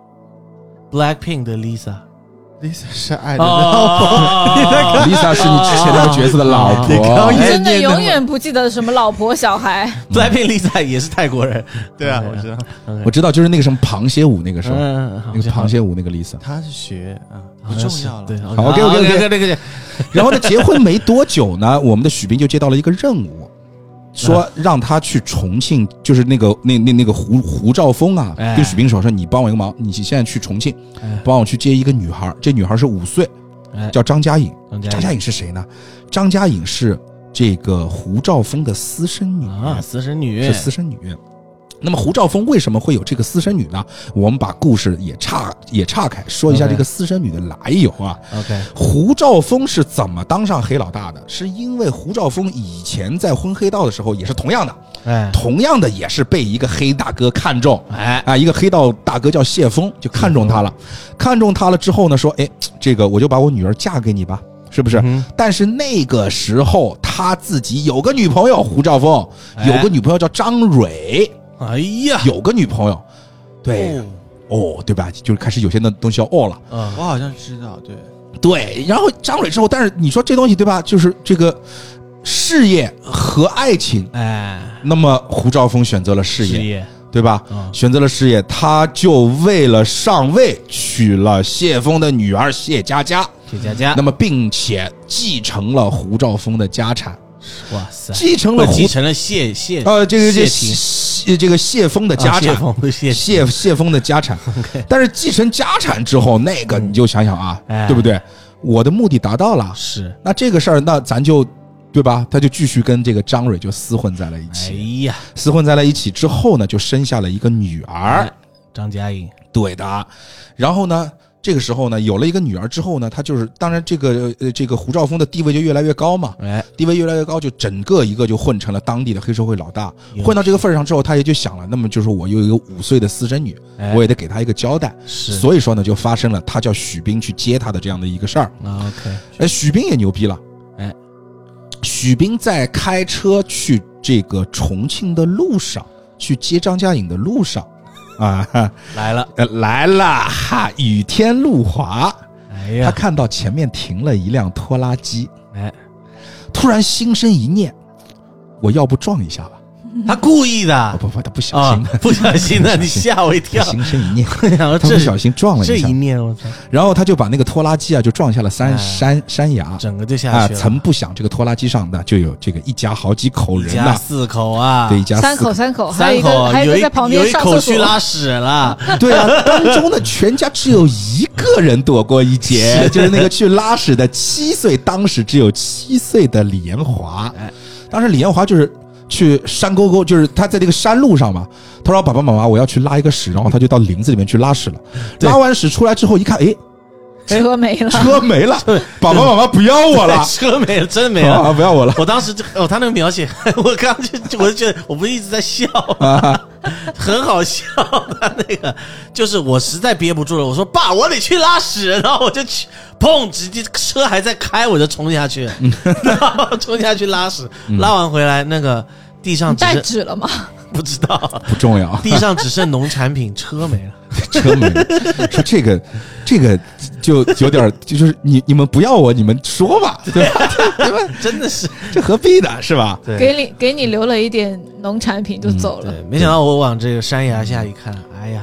？Blackpink 的 Lisa。Lisa 是爱的老婆。 Lisa 是你之前那个角色的老婆。 真的永远不记得什么老婆小孩。 Blackpink Lisa 也是泰国人。 对啊，我知道。 我知道，就是那个什么螃蟹舞那个时候，那个螃蟹舞那个 Lisa。 他是学啊，不重要了。 对， 好 OK。然后呢，结婚没多久呢，我们的许斌就接到了一个任务。说让他去重庆，就是那个胡兆峰啊，跟许斌说你帮我一个忙，你现在去重庆，帮我去接一个女孩，这女孩是5岁，叫张嘉颖。张嘉颖是谁呢？张嘉颖是这个胡兆峰的私生女啊，私生女是私生女。那么胡兆峰为什么会有这个私生女呢？我们把故事也岔开说一下这个私生女的来由啊。 OK， 胡兆峰是怎么当上黑老大的？是因为胡兆峰以前在混黑道的时候也是同样的，也是被一个黑大哥看中，一个黑道大哥叫谢峰就看中他了，看中他了之后呢，说这个我就把我女儿嫁给你吧。是不是？但是那个时候他自己有个女朋友，胡兆峰有个女朋友叫张蕊。 哎呀， 有个女朋友，对，对吧？就是开始有些那东西要了。 我好像知道， 对。然后张蕊之后，但是你说这东西对吧？就是这个事业和爱情，那么胡兆峰选择了事业，对吧？选择了事业，他就为了上位娶了谢峰的女儿谢佳佳，那么并且继承了胡兆峰的家产。 哇塞！ 继承了谢这个谢峰的家产，谢峰的家产。但是继承家产之后，那个你就想想啊，对不对？我的目的达到了， 是那这个事儿，那咱就对吧？他就继续跟这个张蕊就厮混在了一起。 哎呀， 厮混在了一起之后呢，就生下了一个女儿， 张嘉颖。 对的，然后呢？这个时候呢，有了一个女儿之后呢，他就是当然这个胡兆峰的地位就越来越高嘛，地位越来越高，就整个一个就混成了当地的黑社会老大。混到这个份上之后，他也就想了，那么就是我有一个5岁的私生女，我也得给她一个交代。所以说呢，就发生了他叫许斌去接她的这样的一个事儿。 OK， 许斌也牛逼了，许斌在开车去这个重庆的路上，去接张嘉颖的路上。来了哈！雨天路滑，他看到前面停了一辆拖拉机，突然心生一念，我要不撞一下吧？ 他故意的， 不，他不小心的， 不小心的，你吓我一跳。 心生一念，他不小心撞了一下， 这一念我操！ 然后他就把那个拖拉机就撞下了山崖， 整个就下去了。 曾不想这个拖拉机上的就有这个一家好几口人呐， 一家4口啊， 对，一家 3口，还有一个在旁边上厕所， 有一口去拉屎了。 对啊，当中呢全家只有一个人躲过一劫，就是那个去拉屎的7岁，当时只有7岁的李延华。当时李延华就是去山沟沟，就是他在这个山路上嘛，他说爸爸妈妈我要去拉一个屎，然后他就到林子里面去拉屎了。拉完屎出来之后一看， 车没了， 爸爸妈妈不要我了， 车没了，真没了， 不要我了。 我当时他那个描写，我刚我就觉得我不是一直在笑，很好笑。他那个就是我实在憋不住了，我说爸，我得去拉屎，然后我就去，砰，直接车还在开，我就冲下去，然后冲下去拉屎，拉完回来那个地上带纸了吗？ 不知道， 不重要。 地上只剩农产品，车没了。 车没了，说这个就有点，就是你们不要我，你们说吧，对吧？对吧？ 真的是， 这何必的，是吧？ 对， 给你留了一点农产品就走了。 对，没想到我往这个山崖下一看，哎呀，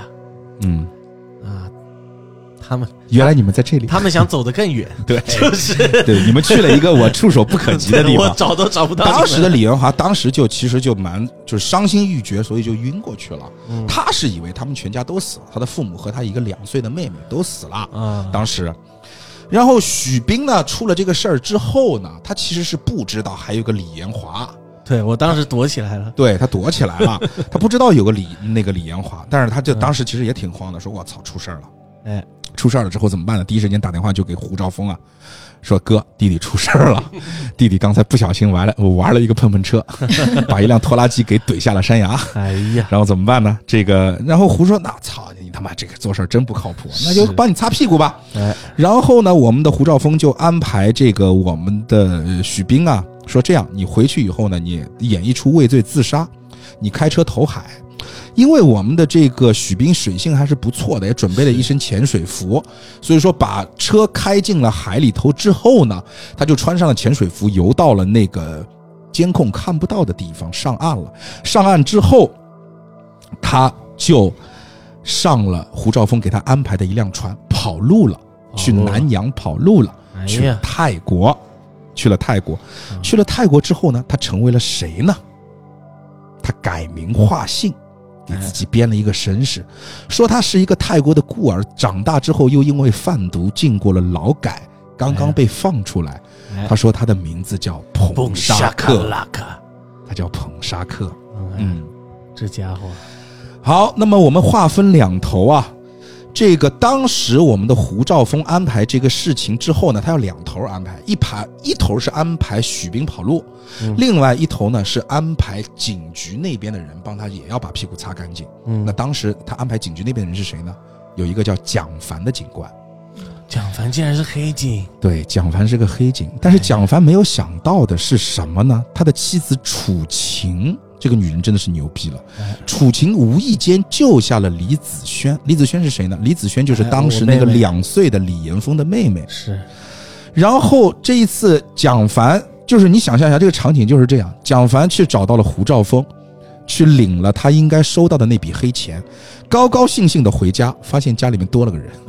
他们原来你们在这里， 他们想走得更远， 对， 就是对，你们去了一个我触手不可及的地方， 我找都找不到。 当时的李元华当时其实就是伤心欲绝，所以就晕过去了。他是以为他们全家都死了，他的父母和他一个2岁的妹妹都死了。当时，然后许斌呢出了这个事儿之后呢，他其实是不知道还有个李延华。 对，我当时躲起来了。 对，他躲起来了，他不知道有个李延华，但是他就当时其实也挺慌的，说我操，出事儿了。出事儿了之后怎么办呢？第一时间打电话就给胡兆峰说哥，弟弟出事儿了，弟弟刚才不小心玩了一个碰车，把一辆拖拉机给怼下了山崖。 哎呀， 然后怎么办呢？然后胡说，那操你他妈这个做事真不靠谱，那就帮你擦屁股吧。 哎， 然后呢，我们的胡兆峰就安排这个我们的许兵啊，说这样，你回去以后呢，你演一出畏罪自杀，你开车投海。因为我们的这个许兵水性还是不错的，也准备了一身潜水服，所以说把车开进了海里头之后呢，他就穿上了潜水服，游到了那个监控看不到的地方，上岸了。上岸之后，他就上了胡兆峰给他安排的一辆船，跑路了，去南洋跑路了，去了泰国，去了泰国之后呢，他成为了谁呢？他改名化姓，给自己编了一个身世，说他是一个泰国的孤儿，长大之后又因为贩毒进过了劳改，刚刚被放出来。他说他的名字叫彭沙克，他叫彭沙克。 这家伙。 好，那么我们话分两头啊。这个当时我们的胡兆峰安排这个事情之后呢，他要两头安排，一头是安排许兵跑路，另外一头呢是安排警局那边的人帮他也要把屁股擦干净。那当时他安排警局那边的人是谁呢？有一个叫蒋凡的警官。 蒋凡竟然是黑警。 对，蒋凡是个黑警，但是蒋凡没有想到的是什么呢？他的妻子楚晴，这个女人真的是牛逼了。楚晴无意间救下了李子轩。李子轩是谁呢？李子轩就是当时那个2岁的李岩峰的妹妹。 是。 然后这一次蒋凡，就是你想象一下这个场景就是这样，蒋凡去找到了胡兆峰，去领了他应该收到的那笔黑钱，高高兴兴的回家，发现家里面多了个人。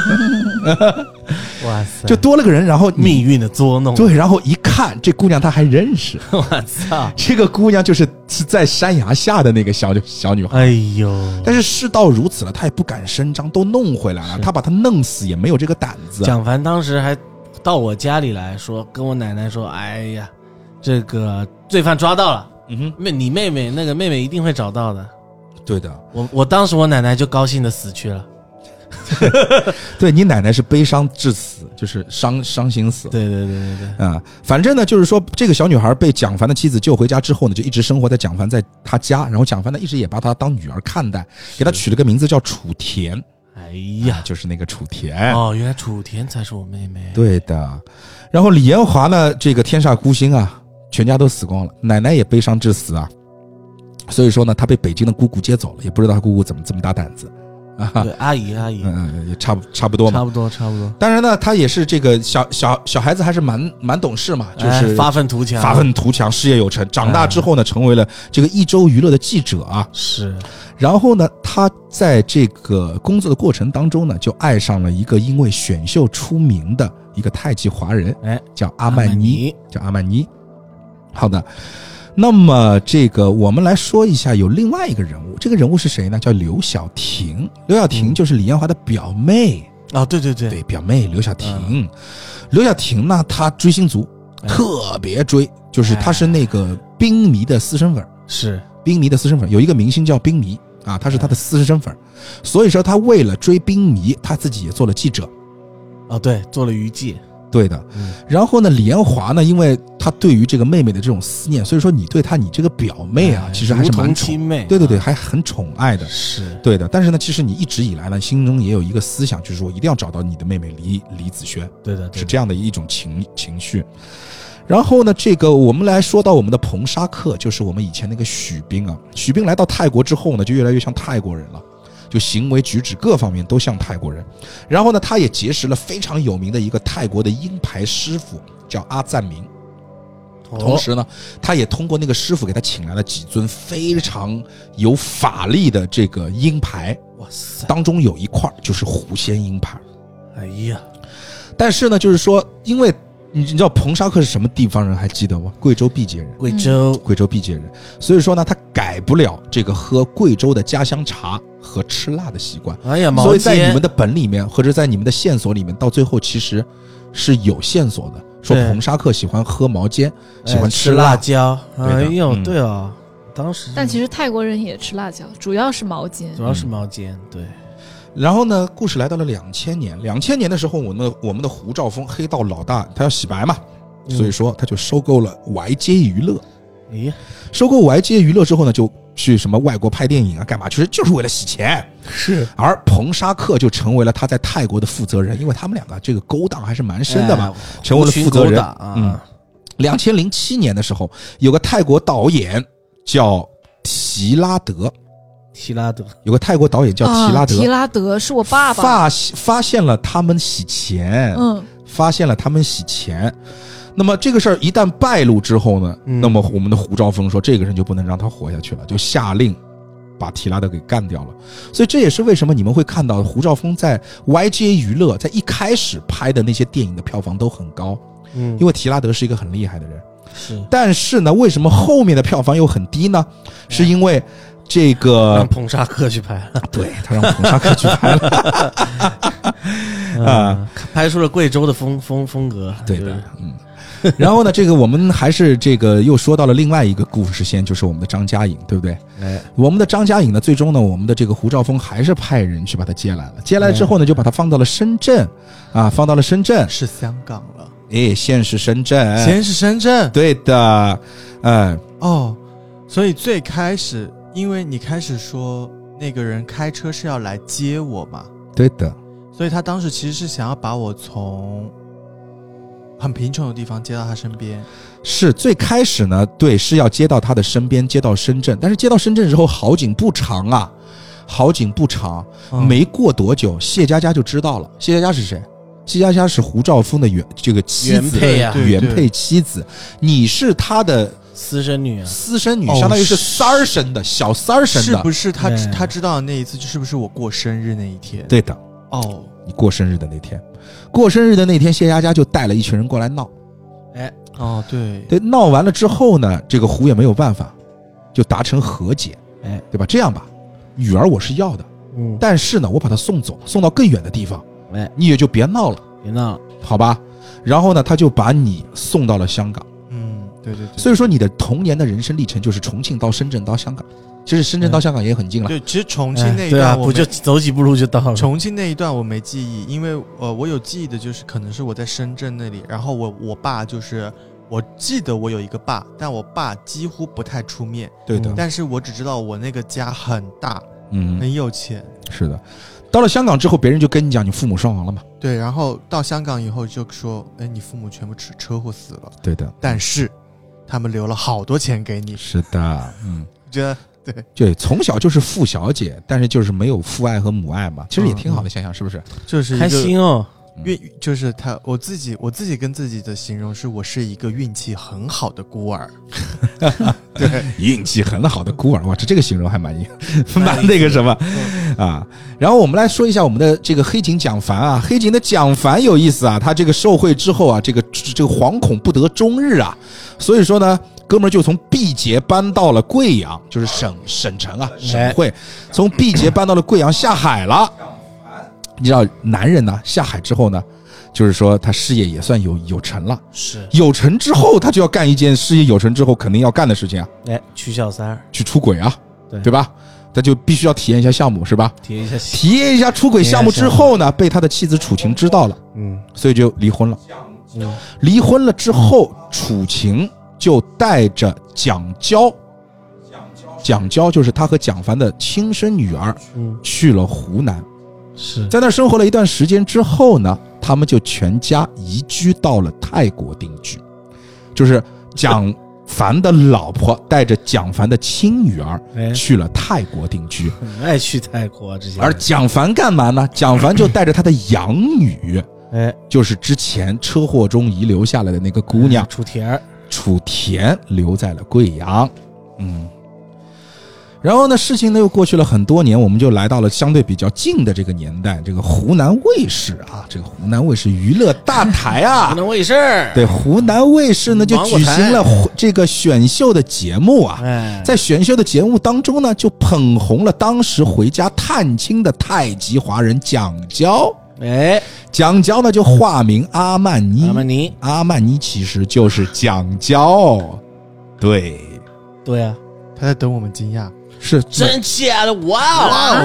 哇塞， 就多了个人，然后命运的捉弄。 对，然后一看这姑娘她还认识。 我操， 这个姑娘就是在山崖下的那个小女孩。 哎呦， 但是事到如此了，她也不敢声张，都弄回来了，她把她弄死也没有这个胆子。 蒋凡当时还到我家里来说，跟我奶奶说，哎呀，这个罪犯抓到了，你妹妹那个妹妹一定会找到的。 对的， 我当时我奶奶就高兴的死去了。 对，你奶奶是悲伤致死，就是伤心死。 对反正呢，就是说这个小女孩被蒋凡的妻子救回家之后呢，就一直生活在蒋凡在他家，然后蒋凡呢一直也把她当女儿看待，给她取了个名字叫楚田。 哎呀， 就是那个楚田。 哦，原来楚田才是我妹妹。 对的。然后李延华呢，这个天煞孤星啊，全家都死光了，奶奶也悲伤致死啊。所以说呢，他被北京的姑姑接走了，也不知道他姑姑怎么这么大胆子。 对，阿姨， 也差不多嘛， 差不多。 当然呢，他也是这个小孩子，还是蛮懂事嘛，就是发愤图强， 事业有成。长大之后呢，成为了这个一周娱乐的记者啊。 是。 然后呢，他在这个工作的过程当中呢，就爱上了一个因为选秀出名的一个泰籍华人，叫阿曼尼。好的。那么这个我们来说一下，有另外一个人物，这个人物是谁呢？叫刘晓婷。刘晓婷就是李延华的表妹。对，表妹刘晓婷。刘晓婷呢，她追星族，特别追，就是她是那个冰迷的私生粉。 是冰迷的私生粉，有一个明星叫冰迷啊，她是她的私生粉。所以说她为了追冰迷，她自己也做了记者。 对，做了娱记。 对的。然后呢，李延华呢，因为他对于这个妹妹的这种思念，所以说你对你这个表妹啊，其实还是蛮亲妹。 对，还很宠爱的。 是对的。但是呢，其实你一直以来呢，心中也有一个思想，就是说一定要找到你的妹妹李子轩。 对的， 是这样的一种情绪。然后呢，这个我们来说到我们的彭沙克，就是我们以前那个许兵啊。许兵来到泰国之后呢，就越来越像泰国人了。就行为举止各方面都像泰国人。然后呢，他也结识了非常有名的一个泰国的鹰牌师傅，叫阿赞明。同时呢，他也通过那个师傅给他请来了几尊非常有法力的这个鹰牌。 哇塞！ 当中有一块就是狐仙鹰牌。 哎呀！ 但是呢，就是说，因为你知道彭沙克是什么地方人还记得吗？贵州毕节人。贵州毕节人。所以说呢，他改不了这个喝贵州的家乡茶和吃辣的习惯。 哎呀， 所以在你们的本里面，或者在你们的线索里面，到最后其实是有线索的，说彭沙克喜欢喝毛尖，喜欢吃辣椒。哎呦，对哦，当时。 但其实泰国人也吃辣椒，主要是毛尖。 对。 然后呢，故事来到了2000年。2000年的时候，我们的胡兆峰黑道老大，他要洗白嘛，所以说他就收购了 YJ 娱乐。收购 YJ 娱乐之后呢，就去什么外国拍电影啊干嘛，就是为了洗钱。 是， 而彭沙克就成为了他在泰国的负责人，因为他们两个这个勾当还是蛮深的嘛，成为了负责人。2007年的时候，有个泰国导演叫提拉德，有个泰国导演叫提拉德， 提拉德是我爸爸发现了他们洗钱，发现了他们洗钱。那么这个事儿一旦败露之后呢，那么我们的胡兆峰说这个人就不能让他活下去了，就下令把提拉德给干掉了。所以这也是为什么你们会看到胡兆峰在 YG 娱乐在一开始拍的那些电影的票房都很高，因为提拉德是一个很厉害的人。 是， 但是呢，为什么后面的票房又很低呢？是因为这个让彭沙克去拍了， 对，他让彭沙克去拍了拍出了贵州的风格， 对的，然后呢，这个我们还是这个又说到了另外一个故事线，就是我们的张嘉颖，对不对？我们的张嘉颖呢，最终呢，我们的这个胡兆峰还是派人去把他接来了。接来之后呢，就把他放到了深圳，放到了深圳， 是香港了。 先是深圳，对的， 所以最开始，因为你开始说那个人开车是要来接我嘛， 对的， 所以他当时其实是想要把我从很贫穷的地方接到他身边。 是最开始呢，对，是要接到他的身边，接到深圳。但是接到深圳之后，好景不长，没过多久，谢佳佳就知道了。谢佳佳是谁？谢佳佳是胡兆峰的这个妻子，原配妻子。你是他的私生女， 相当于是三儿生的，小三儿生的， 是不是？他知道的那一次，是不是我过生日那一天？ 对的。你过生日的那天，谢佳佳就带了一群人过来闹。对，闹完了之后呢，这个胡也没有办法，就达成和解。对吧？这样吧，女儿我是要的，但是呢，我把她送走，送到更远的地方。你也就别闹了，好吧？然后呢，他就把你送到了香港。 对。 所以说你的童年的人生历程就是重庆到深圳到香港，其实深圳到香港也很近了。 对，其实重庆那一段不就走几步路就到了。 重庆那一段我没记忆，因为我有记忆的就是可能是我在深圳那里，然后我爸就是我记得我有一个爸，但我爸几乎不太出面。 对的， 但是我只知道我那个家很大，很有钱。 是的。到了香港之后，别人就跟你讲你父母双亡了嘛。 对，然后到香港以后就说，你父母全部车祸死了。 对的， 但是他们留了好多钱给你。 是的， 觉得对，从小就是父小姐，但是就是没有父爱和母爱嘛，其实也挺好的，想想是不是？ 就是开心哦。 就是我自己跟自己的形容是我是一个运气很好的孤儿。对， 运气很好的孤儿，哇，这个形容还蛮那个什么啊。然后我们来说一下我们的这个黑警蒋凡啊，黑警的蒋凡有意思啊，他这个受贿之后啊，这个惶恐不得终日啊，所以说呢，哥们儿就从毕节搬到了贵阳，就是省城啊，省会，从毕节搬到了贵阳下海了。你知道男人呢下海之后呢，就是说他事业也算有成了， 是有成之后他就要干一件事业有成之后肯定要干的事情啊， 娶小三儿， 去出轨啊，对吧？他就必须要体验一下项目，是吧？ 体验一下出轨项目之后呢，被他的妻子楚晴知道了，所以就离婚了。离婚了之后，楚晴就带着蒋娇就是他和蒋凡的亲生女儿，去了湖南。 是在那生活了一段时间之后呢，他们就全家移居到了泰国定居，就是蒋凡的老婆带着蒋凡的亲女儿去了泰国定居， 很爱去泰国这些。 而蒋凡干嘛呢？蒋凡就带着他的养女，就是之前车祸中遗留下来的那个姑娘楚田留在了贵阳。然后呢，事情呢又过去了很多年，我们就来到了相对比较近的这个年代，这个湖南卫视啊，这个湖南卫视娱乐大台啊， 湖南卫视， 对，湖南卫视呢就举行了这个选秀的节目啊，在选秀的节目当中呢，就捧红了当时回家探亲的太极华人蒋娇。蒋娇呢就化名阿曼妮其实就是蒋娇。对啊，他在等我们惊讶。 是真假的，哇哦！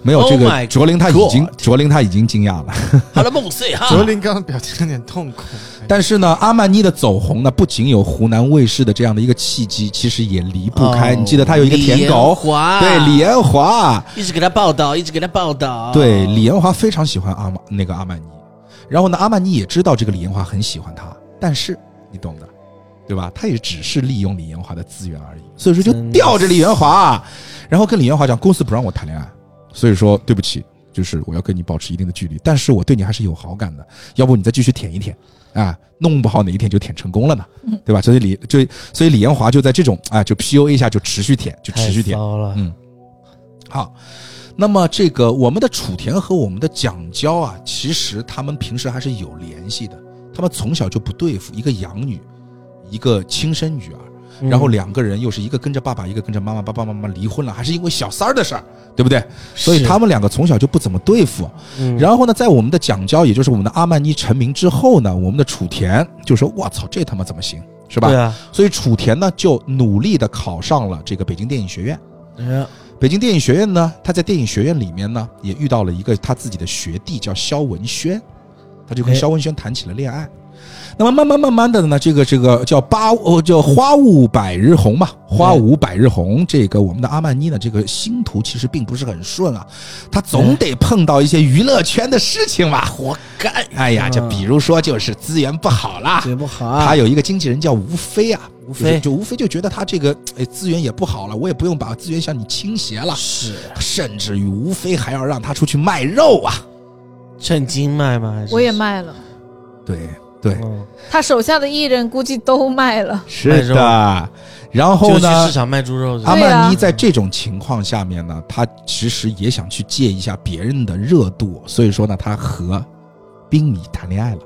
没有这个 Oh my 卓林他已经惊讶了。 好了，梦碎哈。 卓林刚刚表情有点痛苦， 但是呢，阿曼妮的走红呢，不仅有湖南卫视的这样的一个契机，其实也离不开。你记得他有一个舔狗，对，李延华一直给他报道，一直给他报道。 对，李延华非常喜欢阿曼妮，然后呢，阿曼妮也知道这个李延华很喜欢他，但是你懂的，对吧？他也只是利用李延华的资源而已，所以说就吊着李延华，然后跟李延华讲，公司不让我谈恋爱，所以说对不起，就是我要跟你保持一定的距离，但是我对你还是有好感的，要不你再继续舔一舔啊，弄不好哪一天就舔成功了呢，对吧？所以李延华就在这种就 PUA 下就持续舔， 太骚了。 好，那么这个我们的楚田和我们的蒋娇啊，其实他们平时还是有联系的，他们从小就不对付，一个养女，一个亲生女儿，然后两个人又是一个跟着爸爸，一个跟着妈妈，爸爸妈妈离婚了，还是因为小三儿的事儿，对不对？所以他们两个从小就不怎么对付。然后呢，在我们的蒋娇，也就是我们的阿曼妮成名之后呢，我们的楚田就说：“我操，这他妈怎么行？是吧？” 对啊。 所以楚田呢就努力的考上了这个北京电影学院。北京电影学院呢，他在电影学院里面呢，也遇到了一个他自己的学弟，叫萧文轩，他就跟萧文轩谈起了恋爱。那么慢慢的呢，这个叫花无百日红嘛，花无百日红。这个我们的阿曼妮呢，这个星途其实并不是很顺啊，他总得碰到一些娱乐圈的事情嘛， 活该。 哎呀，就比如说就是资源不好啦， 资源不好啊。 他有一个经纪人叫吴飞啊， 吴飞就觉得他这个资源也不好了，我也不用把资源向你倾斜了， 是， 甚至于吴飞还要让他出去卖肉啊， 趁金卖吗？还是我也卖了。 对， 他手下的艺人估计都卖了。 是的。然后呢， 就去市场卖猪肉。 阿曼妮在这种情况下面呢，他其实也想去借一下别人的热度，所以说呢，他和冰迷谈恋爱了。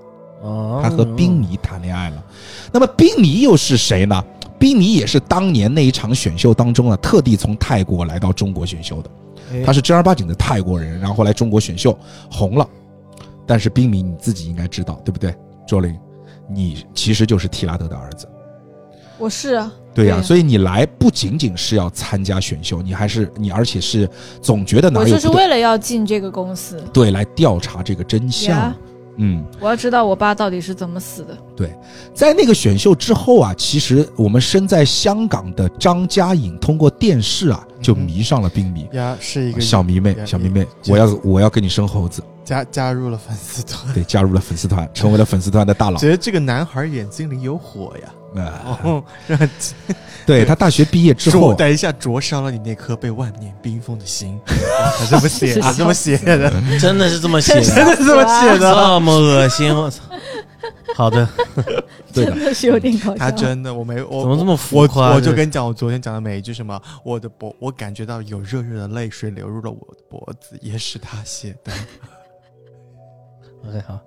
那么冰迷又是谁呢？冰迷也是当年那一场选秀当中呢，特地从泰国来到中国选秀的，他是正儿八经的泰国人，然后来中国选秀红了。但是冰迷你自己应该知道，对不对？卓林，你其实就是提拉德的儿子。 我是啊。 对呀，所以你来不仅仅是要参加选秀，而且是总觉得哪有不对， 我就是为了要进这个公司， 对，来调查这个真相。 我要知道我爸到底是怎么死的。 对，在那个选秀之后啊，其实我们身在香港的张嘉颖通过电视啊，就迷上了冰迷呀，是一个小迷妹，我要跟你生猴子。 加入了粉丝团， 对，加入了粉丝团，成为了粉丝团的大佬。 觉得这个男孩眼睛里有火呀！ 对，他大学毕业之后， 等一下灼烧了你那颗被万年冰封的心。他这么写，这么写的， 真的是这么写的， 真的是这么写的， 这么恶心！我操！好的， 真的是有点搞笑。 他真的， 怎么这么浮夸？ 我就跟你讲，我昨天讲的每一句什么，我感觉到有热热的泪水流入了我的脖子，也是他写的。 OK， 好。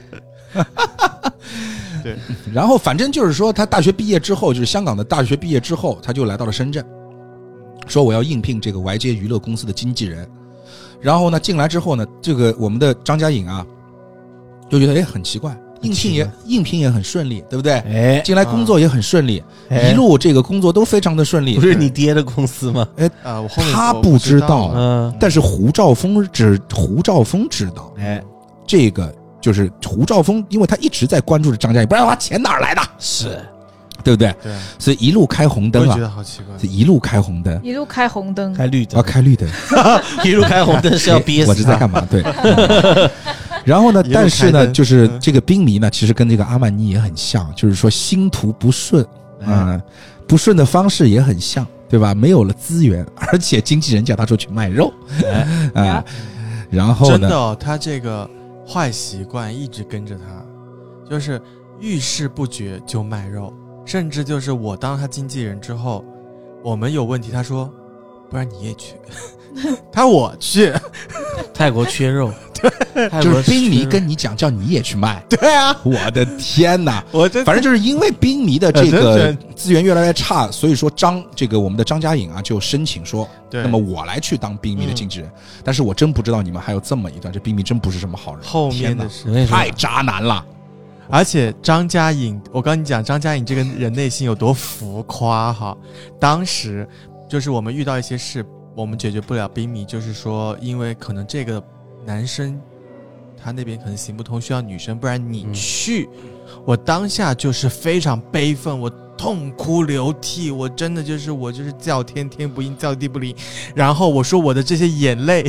对， 然后反正就是说，他大学毕业之后，就是香港的大学毕业之后，他就来到了深圳，说我要应聘这个 YJ 娱乐公司的经纪人。然后呢，进来之后呢，这个我们的张嘉颖啊，就觉得很奇怪，应聘也很顺利，对不对？进来工作也很顺利，一路这个工作都非常的顺利。 不是你爹的公司吗？ 他不知道，但是胡兆峰知道。这个就是胡兆峰，因为他一直在关注着张嘉颖，不然的话钱哪儿来的？ 是， 对不对？ 对， 所以一路开红灯啊， 我觉得好奇怪， 一路开红灯， 一路开红灯， 开绿灯， 要开绿灯， 一路开红灯是要憋死。 我是在干嘛？对。然后呢，但是呢，就是这个冰迷呢，其实跟这个阿曼妮也很像，就是说星途不顺，不顺的方式也很像，对吧？没有了资源，而且经纪人叫他出去卖肉，然后呢， 真的他这个坏习惯一直跟着他，就是遇事不决就卖肉，甚至就是我当他经纪人之后，我们有问题，他说不然你也去，他我去， 泰国缺肉， 就是冰迷跟你讲叫你也去卖， 对啊， 我的天哪，反正就是因为冰迷的这个资源越来越差，所以说我们的张嘉颖啊就申请说，那么我来去当冰迷的经纪人，但是我真不知道你们还有这么一段，这冰迷真不是什么好人， 后面的事太渣男了。 而且张嘉颖，我跟你讲，张嘉颖这个人内心有多浮夸哈。当时就是我们遇到一些事， 我们解决不了冰迷，就是说因为可能这个男生他那边可能行不通，需要女生，不然你去。我当下就是非常悲愤，我痛哭流涕，我真的就是我就是叫天天不应，叫地不灵。然后我说我的这些眼泪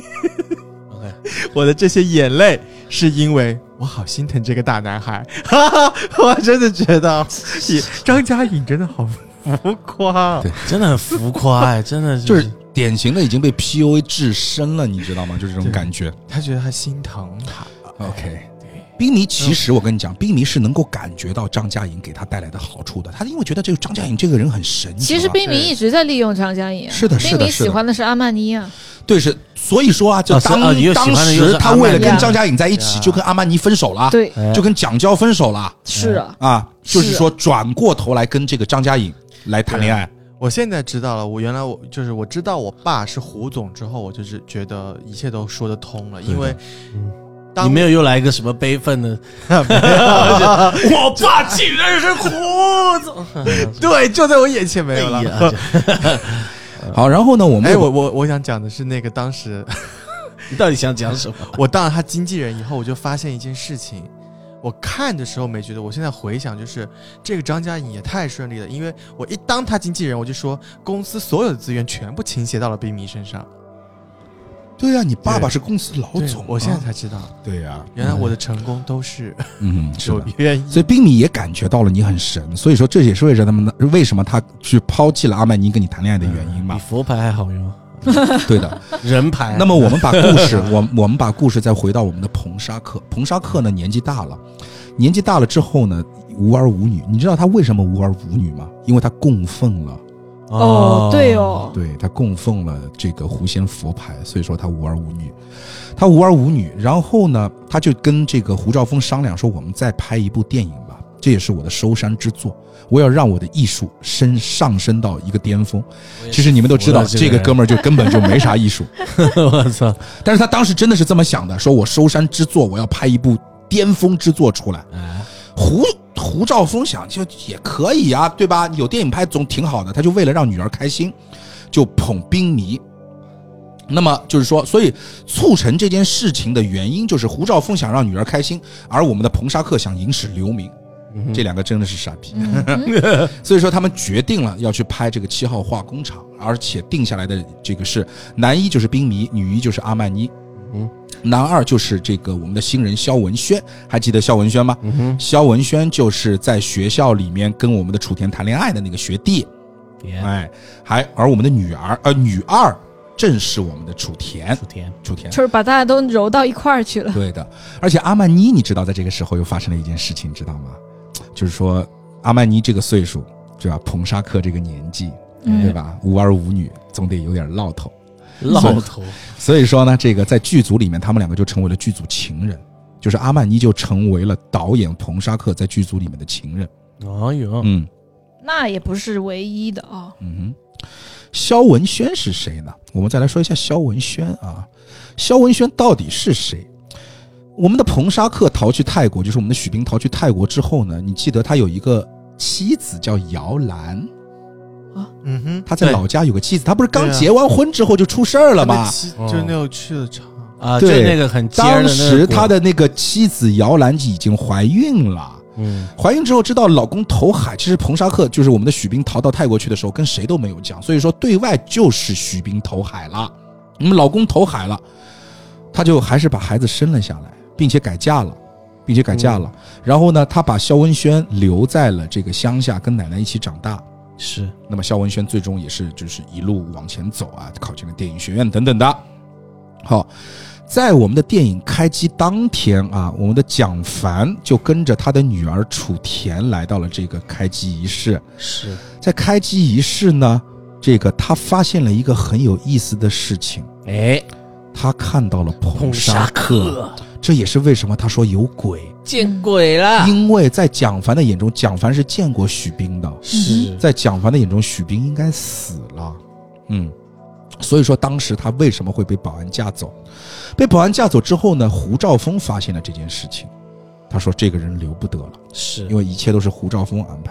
我的这些眼泪是因为我好心疼这个大男孩我真的觉得张嘉颖真的好浮夸， 对， 真的很浮夸真的就是典型的已经被 PUA 至深了，你知道吗？就是这种感觉。 他觉得他心疼他。 OK， 冰迷其实我跟你讲，冰迷是能够感觉到张嘉颖给他带来的好处的，他因为觉得这个张嘉颖这个人很神。 其实冰迷一直在利用张嘉颖， 是的， 冰迷喜欢的是阿曼妮啊。 对，是所以说啊，就当时他为了跟张嘉颖在一起，就跟阿曼妮分手了， 对， 就跟蒋娇分手了， 是啊，就是说转过头来跟这个张嘉颖来谈恋爱。 我现在知道了，我原来我知道我爸是胡总之后，我就是觉得一切都说得通了，因为你没有又来一个什么悲愤的我爸竟然是胡总对，就在我眼前没有了好，然后呢， 我想讲的是那个当时你到底想讲什么？ 我当了他经纪人以后，我就发现一件事情，我看的时候没觉得，我现在回想就是这个张嘉颖也太顺利了，因为我一当他经纪人，我就说公司所有的资源全部倾斜到了冰迷身上。 对啊，你爸爸是公司老总， 我现在才知道。 对啊， 原来我的成功都是有原因，所以冰迷也感觉到了你很神，所以说这也是为什么他去抛弃了阿曼妮跟你谈恋爱的原因嘛。 比佛牌还好用。 对的， 人牌。 那么我们把故事，我们把故事再回到我们的彭沙克。彭沙克呢年纪大了之后呢无儿无女。你知道他为什么无儿无女吗？因为他供奉了。 对哦， 对，他供奉了这个狐仙佛牌，所以说他无儿无女。他无儿无女，然后呢，他就跟这个胡兆峰商量说，我们再拍一部电影吧，这也是我的收山之作，我要让我的艺术上升到一个巅峰。其实你们都知道，这个哥们儿就根本就没啥艺术。 我操！ 但是他当时真的是这么想的，说我收山之作，我要拍一部巅峰之作出来。胡兆峰想就也可以啊，对吧？有电影拍总挺好的。他就为了让女儿开心，就捧冰迷。那么就是说，所以促成这件事情的原因就是胡兆峰想让女儿开心，而我们的彭沙克想引史留名。这两个真的是傻逼。所以说他们决定了要去拍这个7号化工厂，而且定下来的这个是男一就是冰迷，女一就是阿曼妮。男二就是这个我们的新人萧文轩，还记得萧文轩吗？萧文轩就是在学校里面跟我们的楚田谈恋爱的那个学弟。而我们的女二正是我们的楚田， 就是把大家都揉到一块儿去了。 对的，而且阿曼妮，你知道在这个时候又发生了一件事情，知道吗？就是说阿曼妮这个岁数，对吧？彭沙克这个年纪，对吧？无儿无女，总得有点烙头。所以说呢，这个在剧组里面，他们两个就成为了剧组情人，就是阿曼妮就成为了导演彭沙克在剧组里面的情人。 那也不是唯一的啊。 萧文轩是谁呢？我们再来说一下萧文轩啊。萧文轩到底是谁？我们的彭沙克逃去泰国，就是我们的许冰逃去泰国之后呢，你记得他有一个妻子叫姚兰。他在老家有个妻子，他不是刚结完婚之后就出事儿了吗？ 就那个去了场啊，对， 那个很当时他的那个妻子姚兰已经怀孕了。怀孕之后知道老公投海，其实彭沙克就是我们的许冰逃到泰国去的时候跟谁都没有讲，所以说对外就是许冰投海了，我们老公投海了，他就还是把孩子生了下来，并且改嫁了。然后呢，他把萧文轩留在了这个乡下，跟奶奶一起长大。 是， 那么萧文轩最终也是就是一路往前走啊，考进了电影学院等等的。好，在我们的电影开机当天啊，我们的蒋凡就跟着他的女儿楚田来到了这个开机仪式。 是在开机仪式呢，这个他发现了一个很有意思的事情，他看到了彭沙克，这也是为什么他说有鬼。 见鬼了！ 因为在蒋凡的眼中，蒋凡是见过许冰的，在蒋凡的眼中，许冰应该死了。所以说当时他为什么会被保安架走？被保安架走之后呢，胡兆峰发现了这件事情，他说这个人留不得了， 是因为一切都是胡兆峰安排的。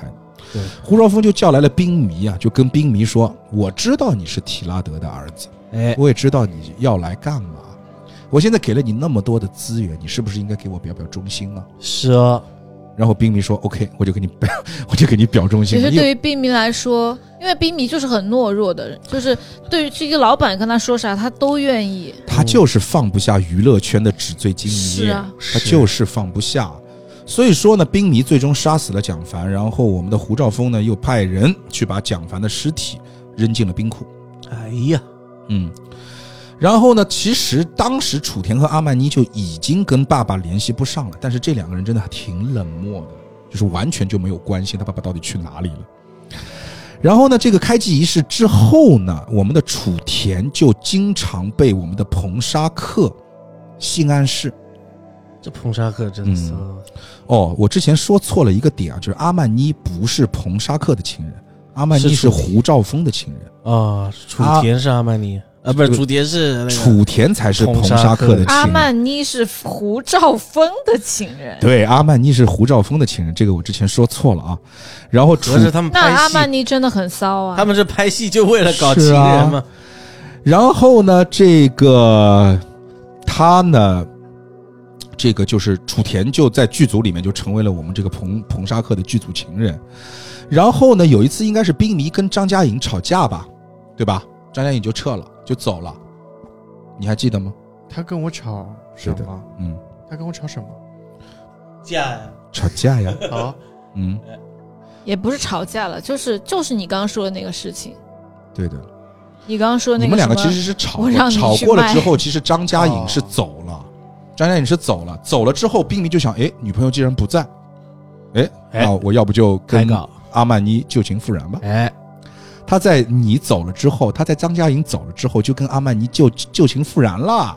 对， 胡兆峰就叫来了冰迷啊，就跟冰迷说：“我知道你是提拉德的儿子，我也知道你要来干嘛。我现在给了你那么多的资源，你是不是应该给我表表忠心啊？” 是啊。 然后冰迷说 ：“OK， 我就给你表忠心。” 其实对于冰迷来说，因为冰迷就是很懦弱的人，就是对于这个老板跟他说啥，他都愿意。 他就是放不下娱乐圈的纸醉金迷， 是啊， 他就是放不下。所以说呢，冰迷最终杀死了蒋凡，然后我们的胡兆峰呢又派人去把蒋凡的尸体扔进了冰库。 哎呀， 然后呢，其实当时楚田和阿曼妮就已经跟爸爸联系不上了，但是这两个人真的挺冷漠的，就是完全就没有关心他爸爸到底去哪里了。然后呢，这个开机仪式之后呢，我们的楚田就经常被我们的彭沙克性暗示。 这彭沙克真的是我之前说错了一个点啊，就是阿曼妮不是彭沙克的情人，阿曼妮是胡兆峰的情人啊。楚田是阿曼妮不是，楚田是那个， 楚田才是彭沙克的情人， 阿曼妮是胡兆峰的情人。 对，阿曼妮是胡兆峰的情人，这个我之前说错了啊。然后那阿曼妮真的很骚啊， 他们是拍戏就为了搞情人吗？ 然后呢，这个他呢，这个就是楚田就在剧组里面就成为了我们这个彭沙克的剧组情人。然后呢，有一次应该是冰迷跟张嘉颖吵架吧，对吧？张嘉颖就撤了，就走了，你还记得吗？ 他跟我吵什么？他跟我吵什么？ 架呀， 吵架呀。 好， 也不是吵架了，就是你刚刚说的那个事情。 对的， 你刚刚说的那个， 你们两个其实是吵过了之后，其实张嘉颖是走了，走了之后，冰迷就想，女朋友既然不在，那我要不就跟阿曼妮旧情复燃吧。他在你走了之后，他在张嘉颖走了之后，就跟阿曼妮旧情复燃了。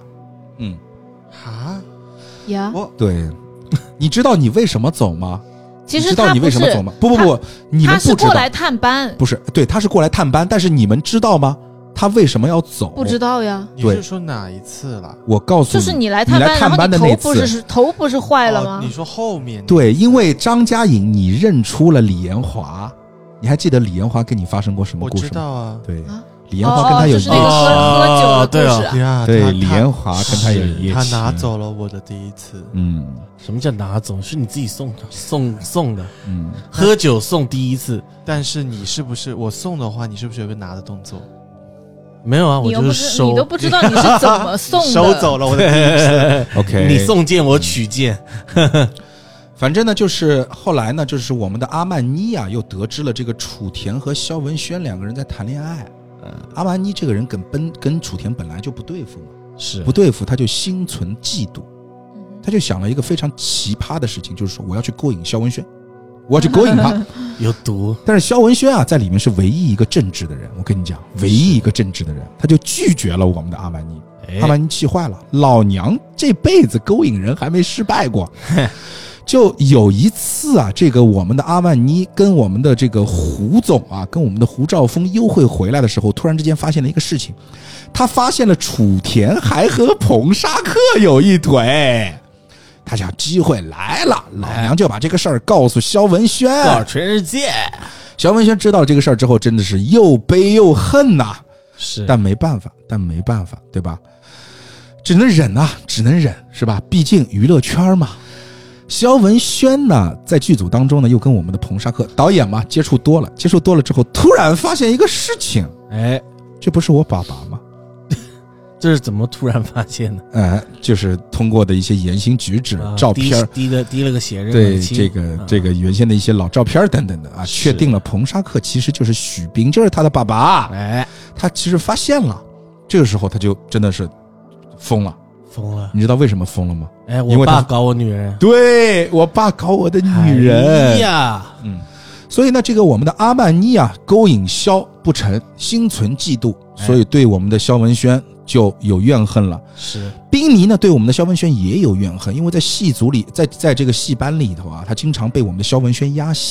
对，你知道你为什么走吗？ 其实你知道你为什么走吗？不，你们不知道。 他是过来探班， 不是，对，他是过来探班，但是你们知道吗？他为什么要走？ 不知道呀。 你是说哪一次了？ 我告诉你， 就是你来探班的那次，头不是坏了吗？ 你说后面？ 对，因为张嘉颖你认出了李延华。你还记得李延华跟你发生过什么故事吗？ 我知道啊， 对，李延华跟他有就是那个喝酒的故事。 对，李延华跟他有一夜情， 他拿走了我的第一次。 什么叫拿走？是你自己送的。喝酒送第一次， 但是你是不是我送的话，你是不是有个拿的动作？ 没有啊，我就是收。 你都不知道你是怎么送的， 收走了我的第一次。 OK， 你送剑，我取剑。 反正呢，就是后来呢，就是我们的阿曼妮啊，又得知了这个楚田和萧文轩两个人在谈恋爱。阿曼妮这个人跟楚田本来就不对付嘛， 是不对付，他就心存嫉妒，他就想了一个非常奇葩的事情，就是说我要去勾引萧文轩，我要去勾引他， 有毒。 但是萧文轩啊，在里面是唯一一个正直的人，我跟你讲，唯一一个正直的人，他就拒绝了我们的阿曼妮。阿曼妮气坏了，老娘这辈子勾引人还没失败过。就有一次啊，这个我们的阿曼妮跟我们的这个胡总啊，跟我们的胡兆峰幽会回来的时候，突然之间发现了一个事情，他发现了楚田还和彭沙克有一腿，他想机会来了，老娘就把这个事儿告诉萧文轩， 告诉全世界。 萧文轩知道这个事儿之后，真的是又悲又恨呐， 是， 但没办法，对吧？只能忍啊，只能忍，是吧？毕竟娱乐圈嘛。萧文轩呢，在剧组当中呢，又跟我们的彭沙克导演嘛接触多了之后，突然发现一个事情，这不是我爸爸吗？ 这是怎么突然发现的？ 就是通过的一些言行举止、照片， 滴了个血认， 对这个原先的一些老照片等等的啊，确定了彭沙克其实就是许斌，就是他的爸爸。他其实发现了，这个时候他就真的是疯了。你知道为什么疯了吗？ 我爸搞我女人。 对，我爸搞我的女人。所以呢，这个我们的阿曼妮啊，勾引萧不成，心存嫉妒，所以对我们的萧文轩就有怨恨了。 是。 冰迷呢，对我们的萧文轩也有怨恨，因为在戏组里，在这个戏班里头啊，他经常被我们的萧文轩压戏，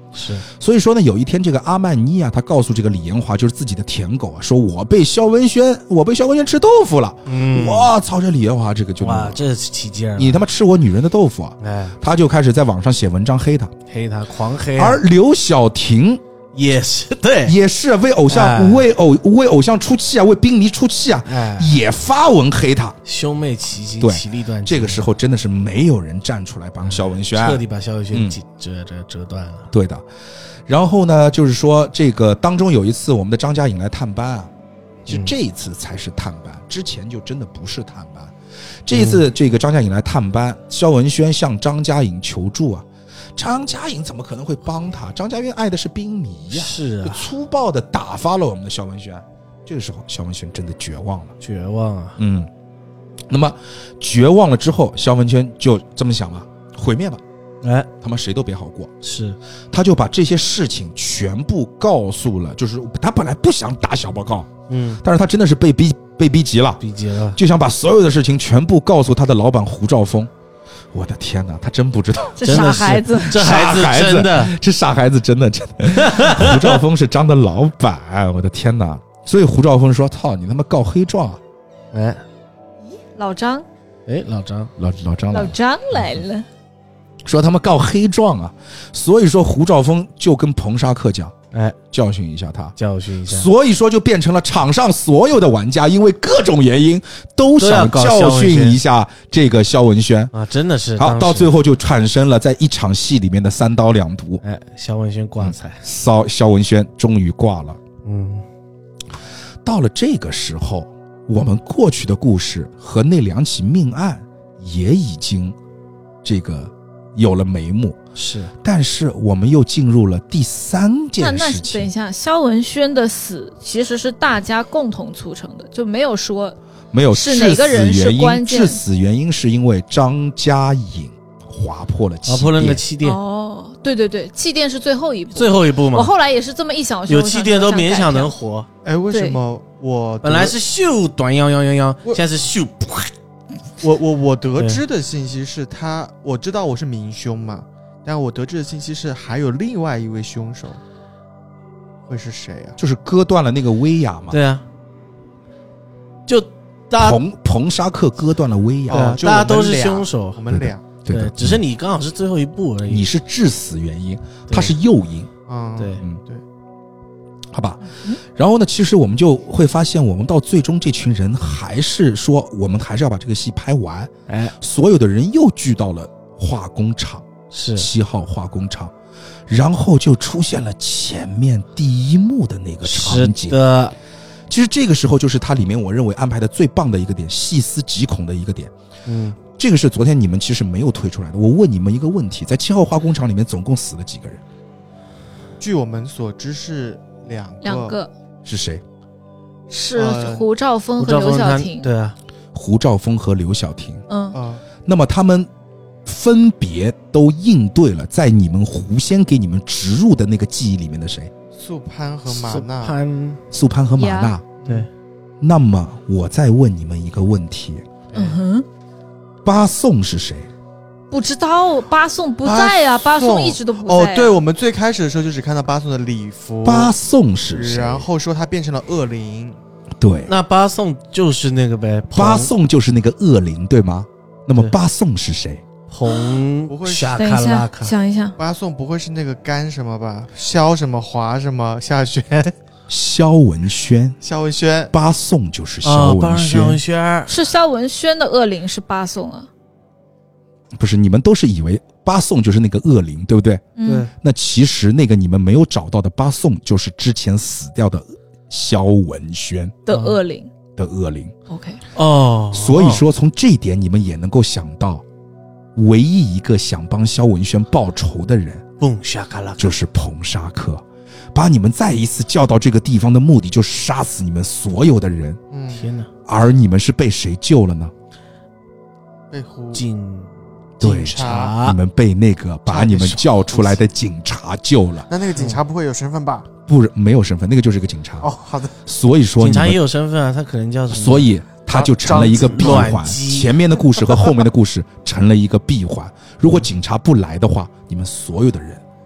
是， 所以说呢，有一天这个阿曼妮啊，他告诉这个李延华，就是自己的舔狗啊，说我被萧文轩吃豆腐了。我操，这李延华这个就哇，这起劲了， 你他妈吃我女人的豆腐啊！他就开始在网上写文章黑他， 狂黑。 而刘晓婷也是对， 也是为偶像为偶像出气啊，为冰迷出气啊，也发文黑他， 兄妹齐心，其利断金。 这个时候真的是没有人站出来帮萧文轩， 彻底把萧文轩折断了。 对的。然后呢，就是说这个当中有一次我们的张嘉颖来探班啊，其实这一次才是探班，之前就真的不是探班。这一次这个张嘉颖来探班，萧文轩向张嘉颖求助啊。张嘉颖怎么可能会帮他？张嘉颖爱的是冰迷呀， 是啊， 粗暴的打发了我们的萧文轩。这个时候，萧文轩真的绝望了，那么绝望了之后，萧文轩就这么想了，毁灭吧，他妈谁都别好过。 是， 他就把这些事情全部告诉了，就是他本来不想打小报告，但是他真的是被逼急了，就想把所有的事情全部告诉他的老板胡兆峰。我的天哪，他真不知道， 这傻孩子， 这孩子真的， 这傻孩子真的。胡兆峰是张的老板，我的天哪！所以胡兆峰说：“操，你他妈告黑状啊！” 老张来了， 说他们告黑状啊。所以说胡兆峰就跟彭沙克讲，教训一下他，所以说就变成了场上所有的玩家因为各种原因都想教训一下这个萧文轩啊，真的是好，到最后就产生了在一场戏里面的3刀2毒。 萧文轩挂彩， 萧文轩终于挂了。到了这个时候，我们过去的故事和那2起命案也已经这个有了眉目。 是， 但是我们又进入了第3件事情。 那等一下，萧文轩的死其实是大家共同促成的，就没有说是哪个人是关键。 致死原因是因为张嘉颖划破了那个气垫。 哦，对对对，气垫是最后一步嘛。 我后来也是这么一想， 有气垫都勉强能活。 为什么我本来是咻短泱泱泱泱，现在是咻。 我得知的信息是我知道我是明凶嘛。但我得知的信息是还有另外一位凶手，会是谁啊？ 就是割断了那个威亚嘛。 对啊，就彭沙克割断了威亚， 大家都是凶手， 我们俩对， 只是你刚好是最后一步而已。 你是致死原因，他是诱因。 对， 好吧。然后呢，其实我们就会发现，我们到最终这群人还是说，我们还是要把这个戏拍完。所有的人又聚到了化工厂。 是 7号化工厂，然后就出现了前面第一幕的那个场景。 是的， 其实这个时候就是它里面我认为安排的最棒的一个点，细思极恐的一个点。这个是昨天你们其实没有推出来的。我问你们一个问题，在7号化工厂里面总共死了几个人？ 据我们所知是2个。 是谁？ 是胡兆峰和刘晓婷。 对啊， 胡兆峰和刘晓婷。那么他们分别都应对了在你们狐仙给你们植入的那个记忆里面的谁？ 素潘和马娜。 素潘和马娜。 对。 那么我再问你们一个问题。巴颂是谁？ 不知道，巴颂不在啊，巴颂一直都不在。 对，我们最开始的时候就只看到巴颂的礼服。 巴颂是谁？ 然后说他变成了恶灵。 对。 那巴颂就是那个呗。 巴颂就是那个恶灵，对吗？那么巴颂是谁？ 不会是等一下，想一下， 巴颂不会是那个甘什么吧？萧什么华什么夏轩？ 萧文轩，巴颂就是萧文轩。 是萧文轩的恶灵是巴颂啊？ 不是，你们都是以为巴颂就是那个恶灵，对不对？ 对。 那其实那个你们没有找到的巴颂，就是之前死掉的萧文轩的恶灵。 OK。 哦。 所以说从这一点你们也能够想到。唯一一个想帮萧文轩报仇的人，就是彭沙克，把你们再一次叫到这个地方的目的就是杀死你们所有的人。 天哪！ 而你们是被谁救了呢？ 被警察，你们被那个把你们叫出来的警察救了。 那个警察不会有身份吧？ 不，没有身份，那个就是个警察。 好的。 所以说警察也有身份啊，他可能叫什么？ 所以。他就成了一个闭环，前面的故事和后面的故事成了一个闭环。如果警察不来的话，你们所有的人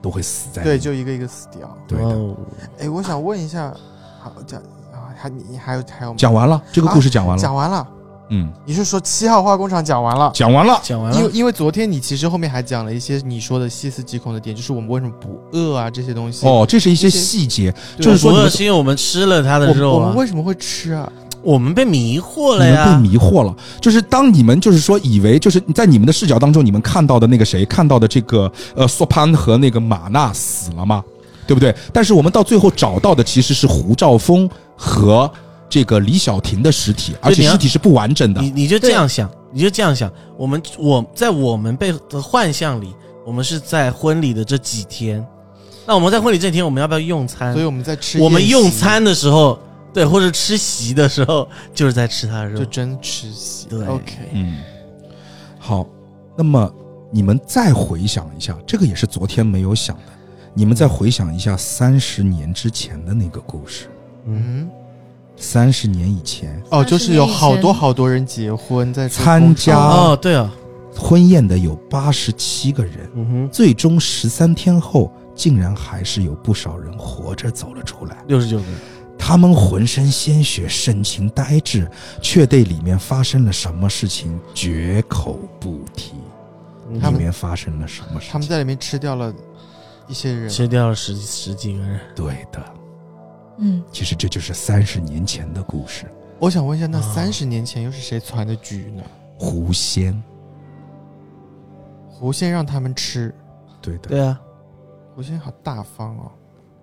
都会死在对，就一个一个死掉。 对的。 哎，我想问一下，好讲还有讲完了，这个故事讲完了， 讲完了。 嗯， 你是说7号化工厂讲完了？ 讲完了。 因为昨天你其实后面还讲了一些你说的细思极恐的点，就是我们为什么不饿啊这些东西。 哦，这是一些细节，就是说不饿是因为我们吃了它的肉啊。 我们为什么会吃啊？ 我们被迷惑了呀！ 你们被迷惑了，就是当你们就是说以为就是在你们的视角当中，你们看到的那个谁，看到的这个索潘和那个马纳死了吗？对不对？但是我们到最后找到的其实是胡兆峰和这个李小婷的尸体，而且尸体是不完整的。 你就这样想，我在我们被的幻象里，我们是在婚礼的这几天。那我们在婚礼这几天，我们要不要用餐？ 所以我们在吃。 我们用餐的时候。对，或者吃席的时候，就是在吃它的肉， 就真吃席。 对 ，OK， 好，那么你们再回想一下，这个也是昨天没有想的，你们再回想一下30年之前的那个故事。30年以前， 就是有好多人结婚在参加对啊， 婚宴的有87个人，最终13天后，竟然还是有不少人活着走了出来 ，69个人。 他们浑身鲜血，神情呆滞，却对里面发生了什么事情绝口不提。里面发生了什么事情？ 他们在里面吃掉了一些人， 吃掉了十几个人。 对的，其实这就是30年前的故事。 我想问一下，那30年前又是谁传的局呢？ 狐仙让他们吃。 对的， 对啊， 狐仙好大方哦。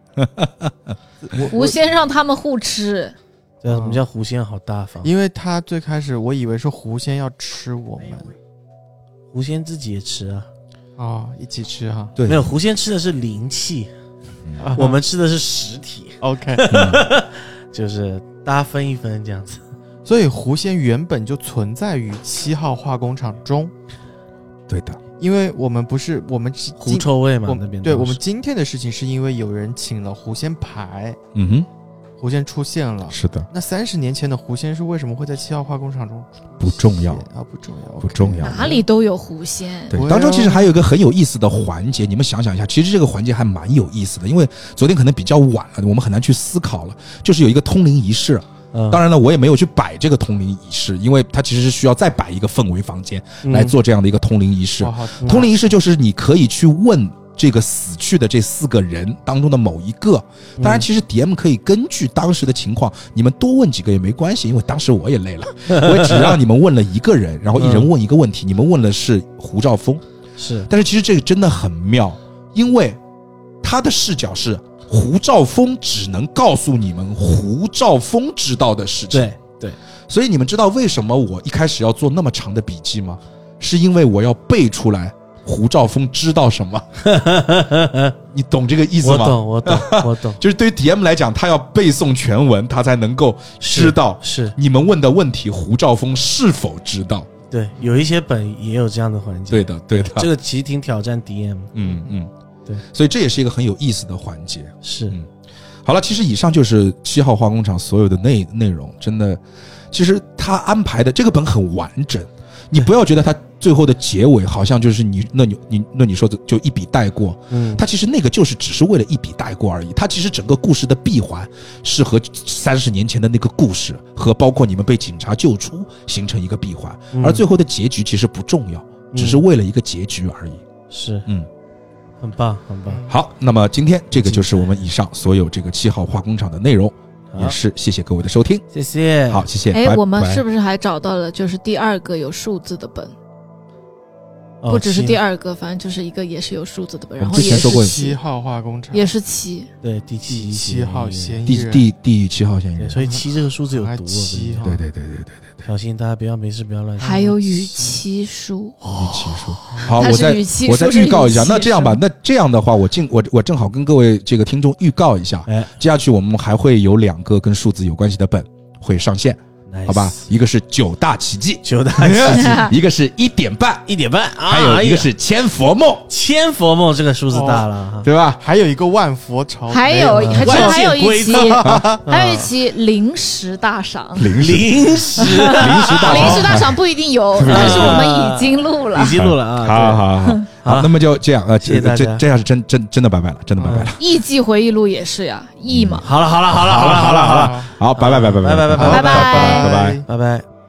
狐仙让他们互吃。 对啊，什么叫狐仙好大方？ 因为他最开始我以为说狐仙要吃我们， 狐仙自己也吃啊。 一起吃哈。 对， 没有，狐仙吃的是灵气，我们吃的是实体。 OK， 就是大家分一分这样子。 所以狐仙原本就存在于7号化工厂中。 对的。 因为我们不是狐臭味嘛，那边对，我们今天的事情是因为有人请了狐仙牌，狐仙出现了。 是的。 那30年前的狐仙是为什么会在7号化工厂中？ 不重要啊，不重要， 不重要。 哪里都有狐仙。 对，当中其实还有一个很有意思的环节，你们想想一下，其实这个环节还蛮有意思的，因为昨天可能比较晚了，我们很难去思考了，就是有一个通灵仪式。当然了，我也没有去摆这个通灵仪式，因为它其实是需要再摆一个氛围房间来做这样的一个通灵仪式。通灵仪式就是你可以去问这个死去的这4个人当中的某一个，当然其实 DM 可以根据当时的情况，你们多问几个也没关系，因为当时我也累了，我也只让你们问了一个人，然后一人问一个问题，你们问的是胡兆峰， 是， 但是其实这个真的很妙，因为他的视角是胡兆峰只能告诉你们胡兆峰知道的事情。 对， 所以你们知道为什么我一开始要做那么长的笔记吗？是因为我要背出来胡兆峰知道什么。你懂这个意思吗？ 我懂。 就是对于 DM 来讲，他要背诵全文，他才能够知道是你们问的问题胡兆峰是否知道。 对，有一些本也有这样的环节。 对的。 这个其实挺挑战 DM。对， 所以这也是一个很有意思的环节。 是， 好了，其实以上就是7号化工厂所有的内容，真的，其实他安排的这个本很完整，你不要觉得他最后的结尾好像就是你说的就一笔带过，他其实那个就是只是为了一笔带过而已，他其实整个故事的闭环是和30年前的那个故事和包括你们被警察救出形成一个闭环，而最后的结局其实不重要，只是为了一个结局而已。 是，很棒。 好，那么今天这个就是我们以上所有这个7号化工厂的内容，也是谢谢各位的收听， 谢谢。 好，谢谢。 我们是不是还找到了就是第2个有数字的本？不只是第2个，反正就是一个也是有数字的本，然后也是 7号化工厂， 也是7， 对，第 7号嫌疑人， 第7号嫌疑人， 所以7这个数字有毒。 对， 小心大家没事不要乱。 还有语气数， 好，我再预告一下。那这样吧，那这样的话，我正好跟各位这个听众预告一下，接下去我们还会有2个跟数字有关系的本会上线。好吧，一个是9大奇迹，一个是1点半，还有一个是千佛梦， 这个数字大了， 对吧？ 还有一个万佛朝， 还有一期临时大赏， 临时大赏不一定有，但是我们已经录了， 好。 好，那么就这样谢谢大家。 这样是真的拜拜了，真的拜拜了。 艺伎回忆录也是呀，艺嘛。 好了， 好，拜拜。 拜拜。 拜拜。 拜拜。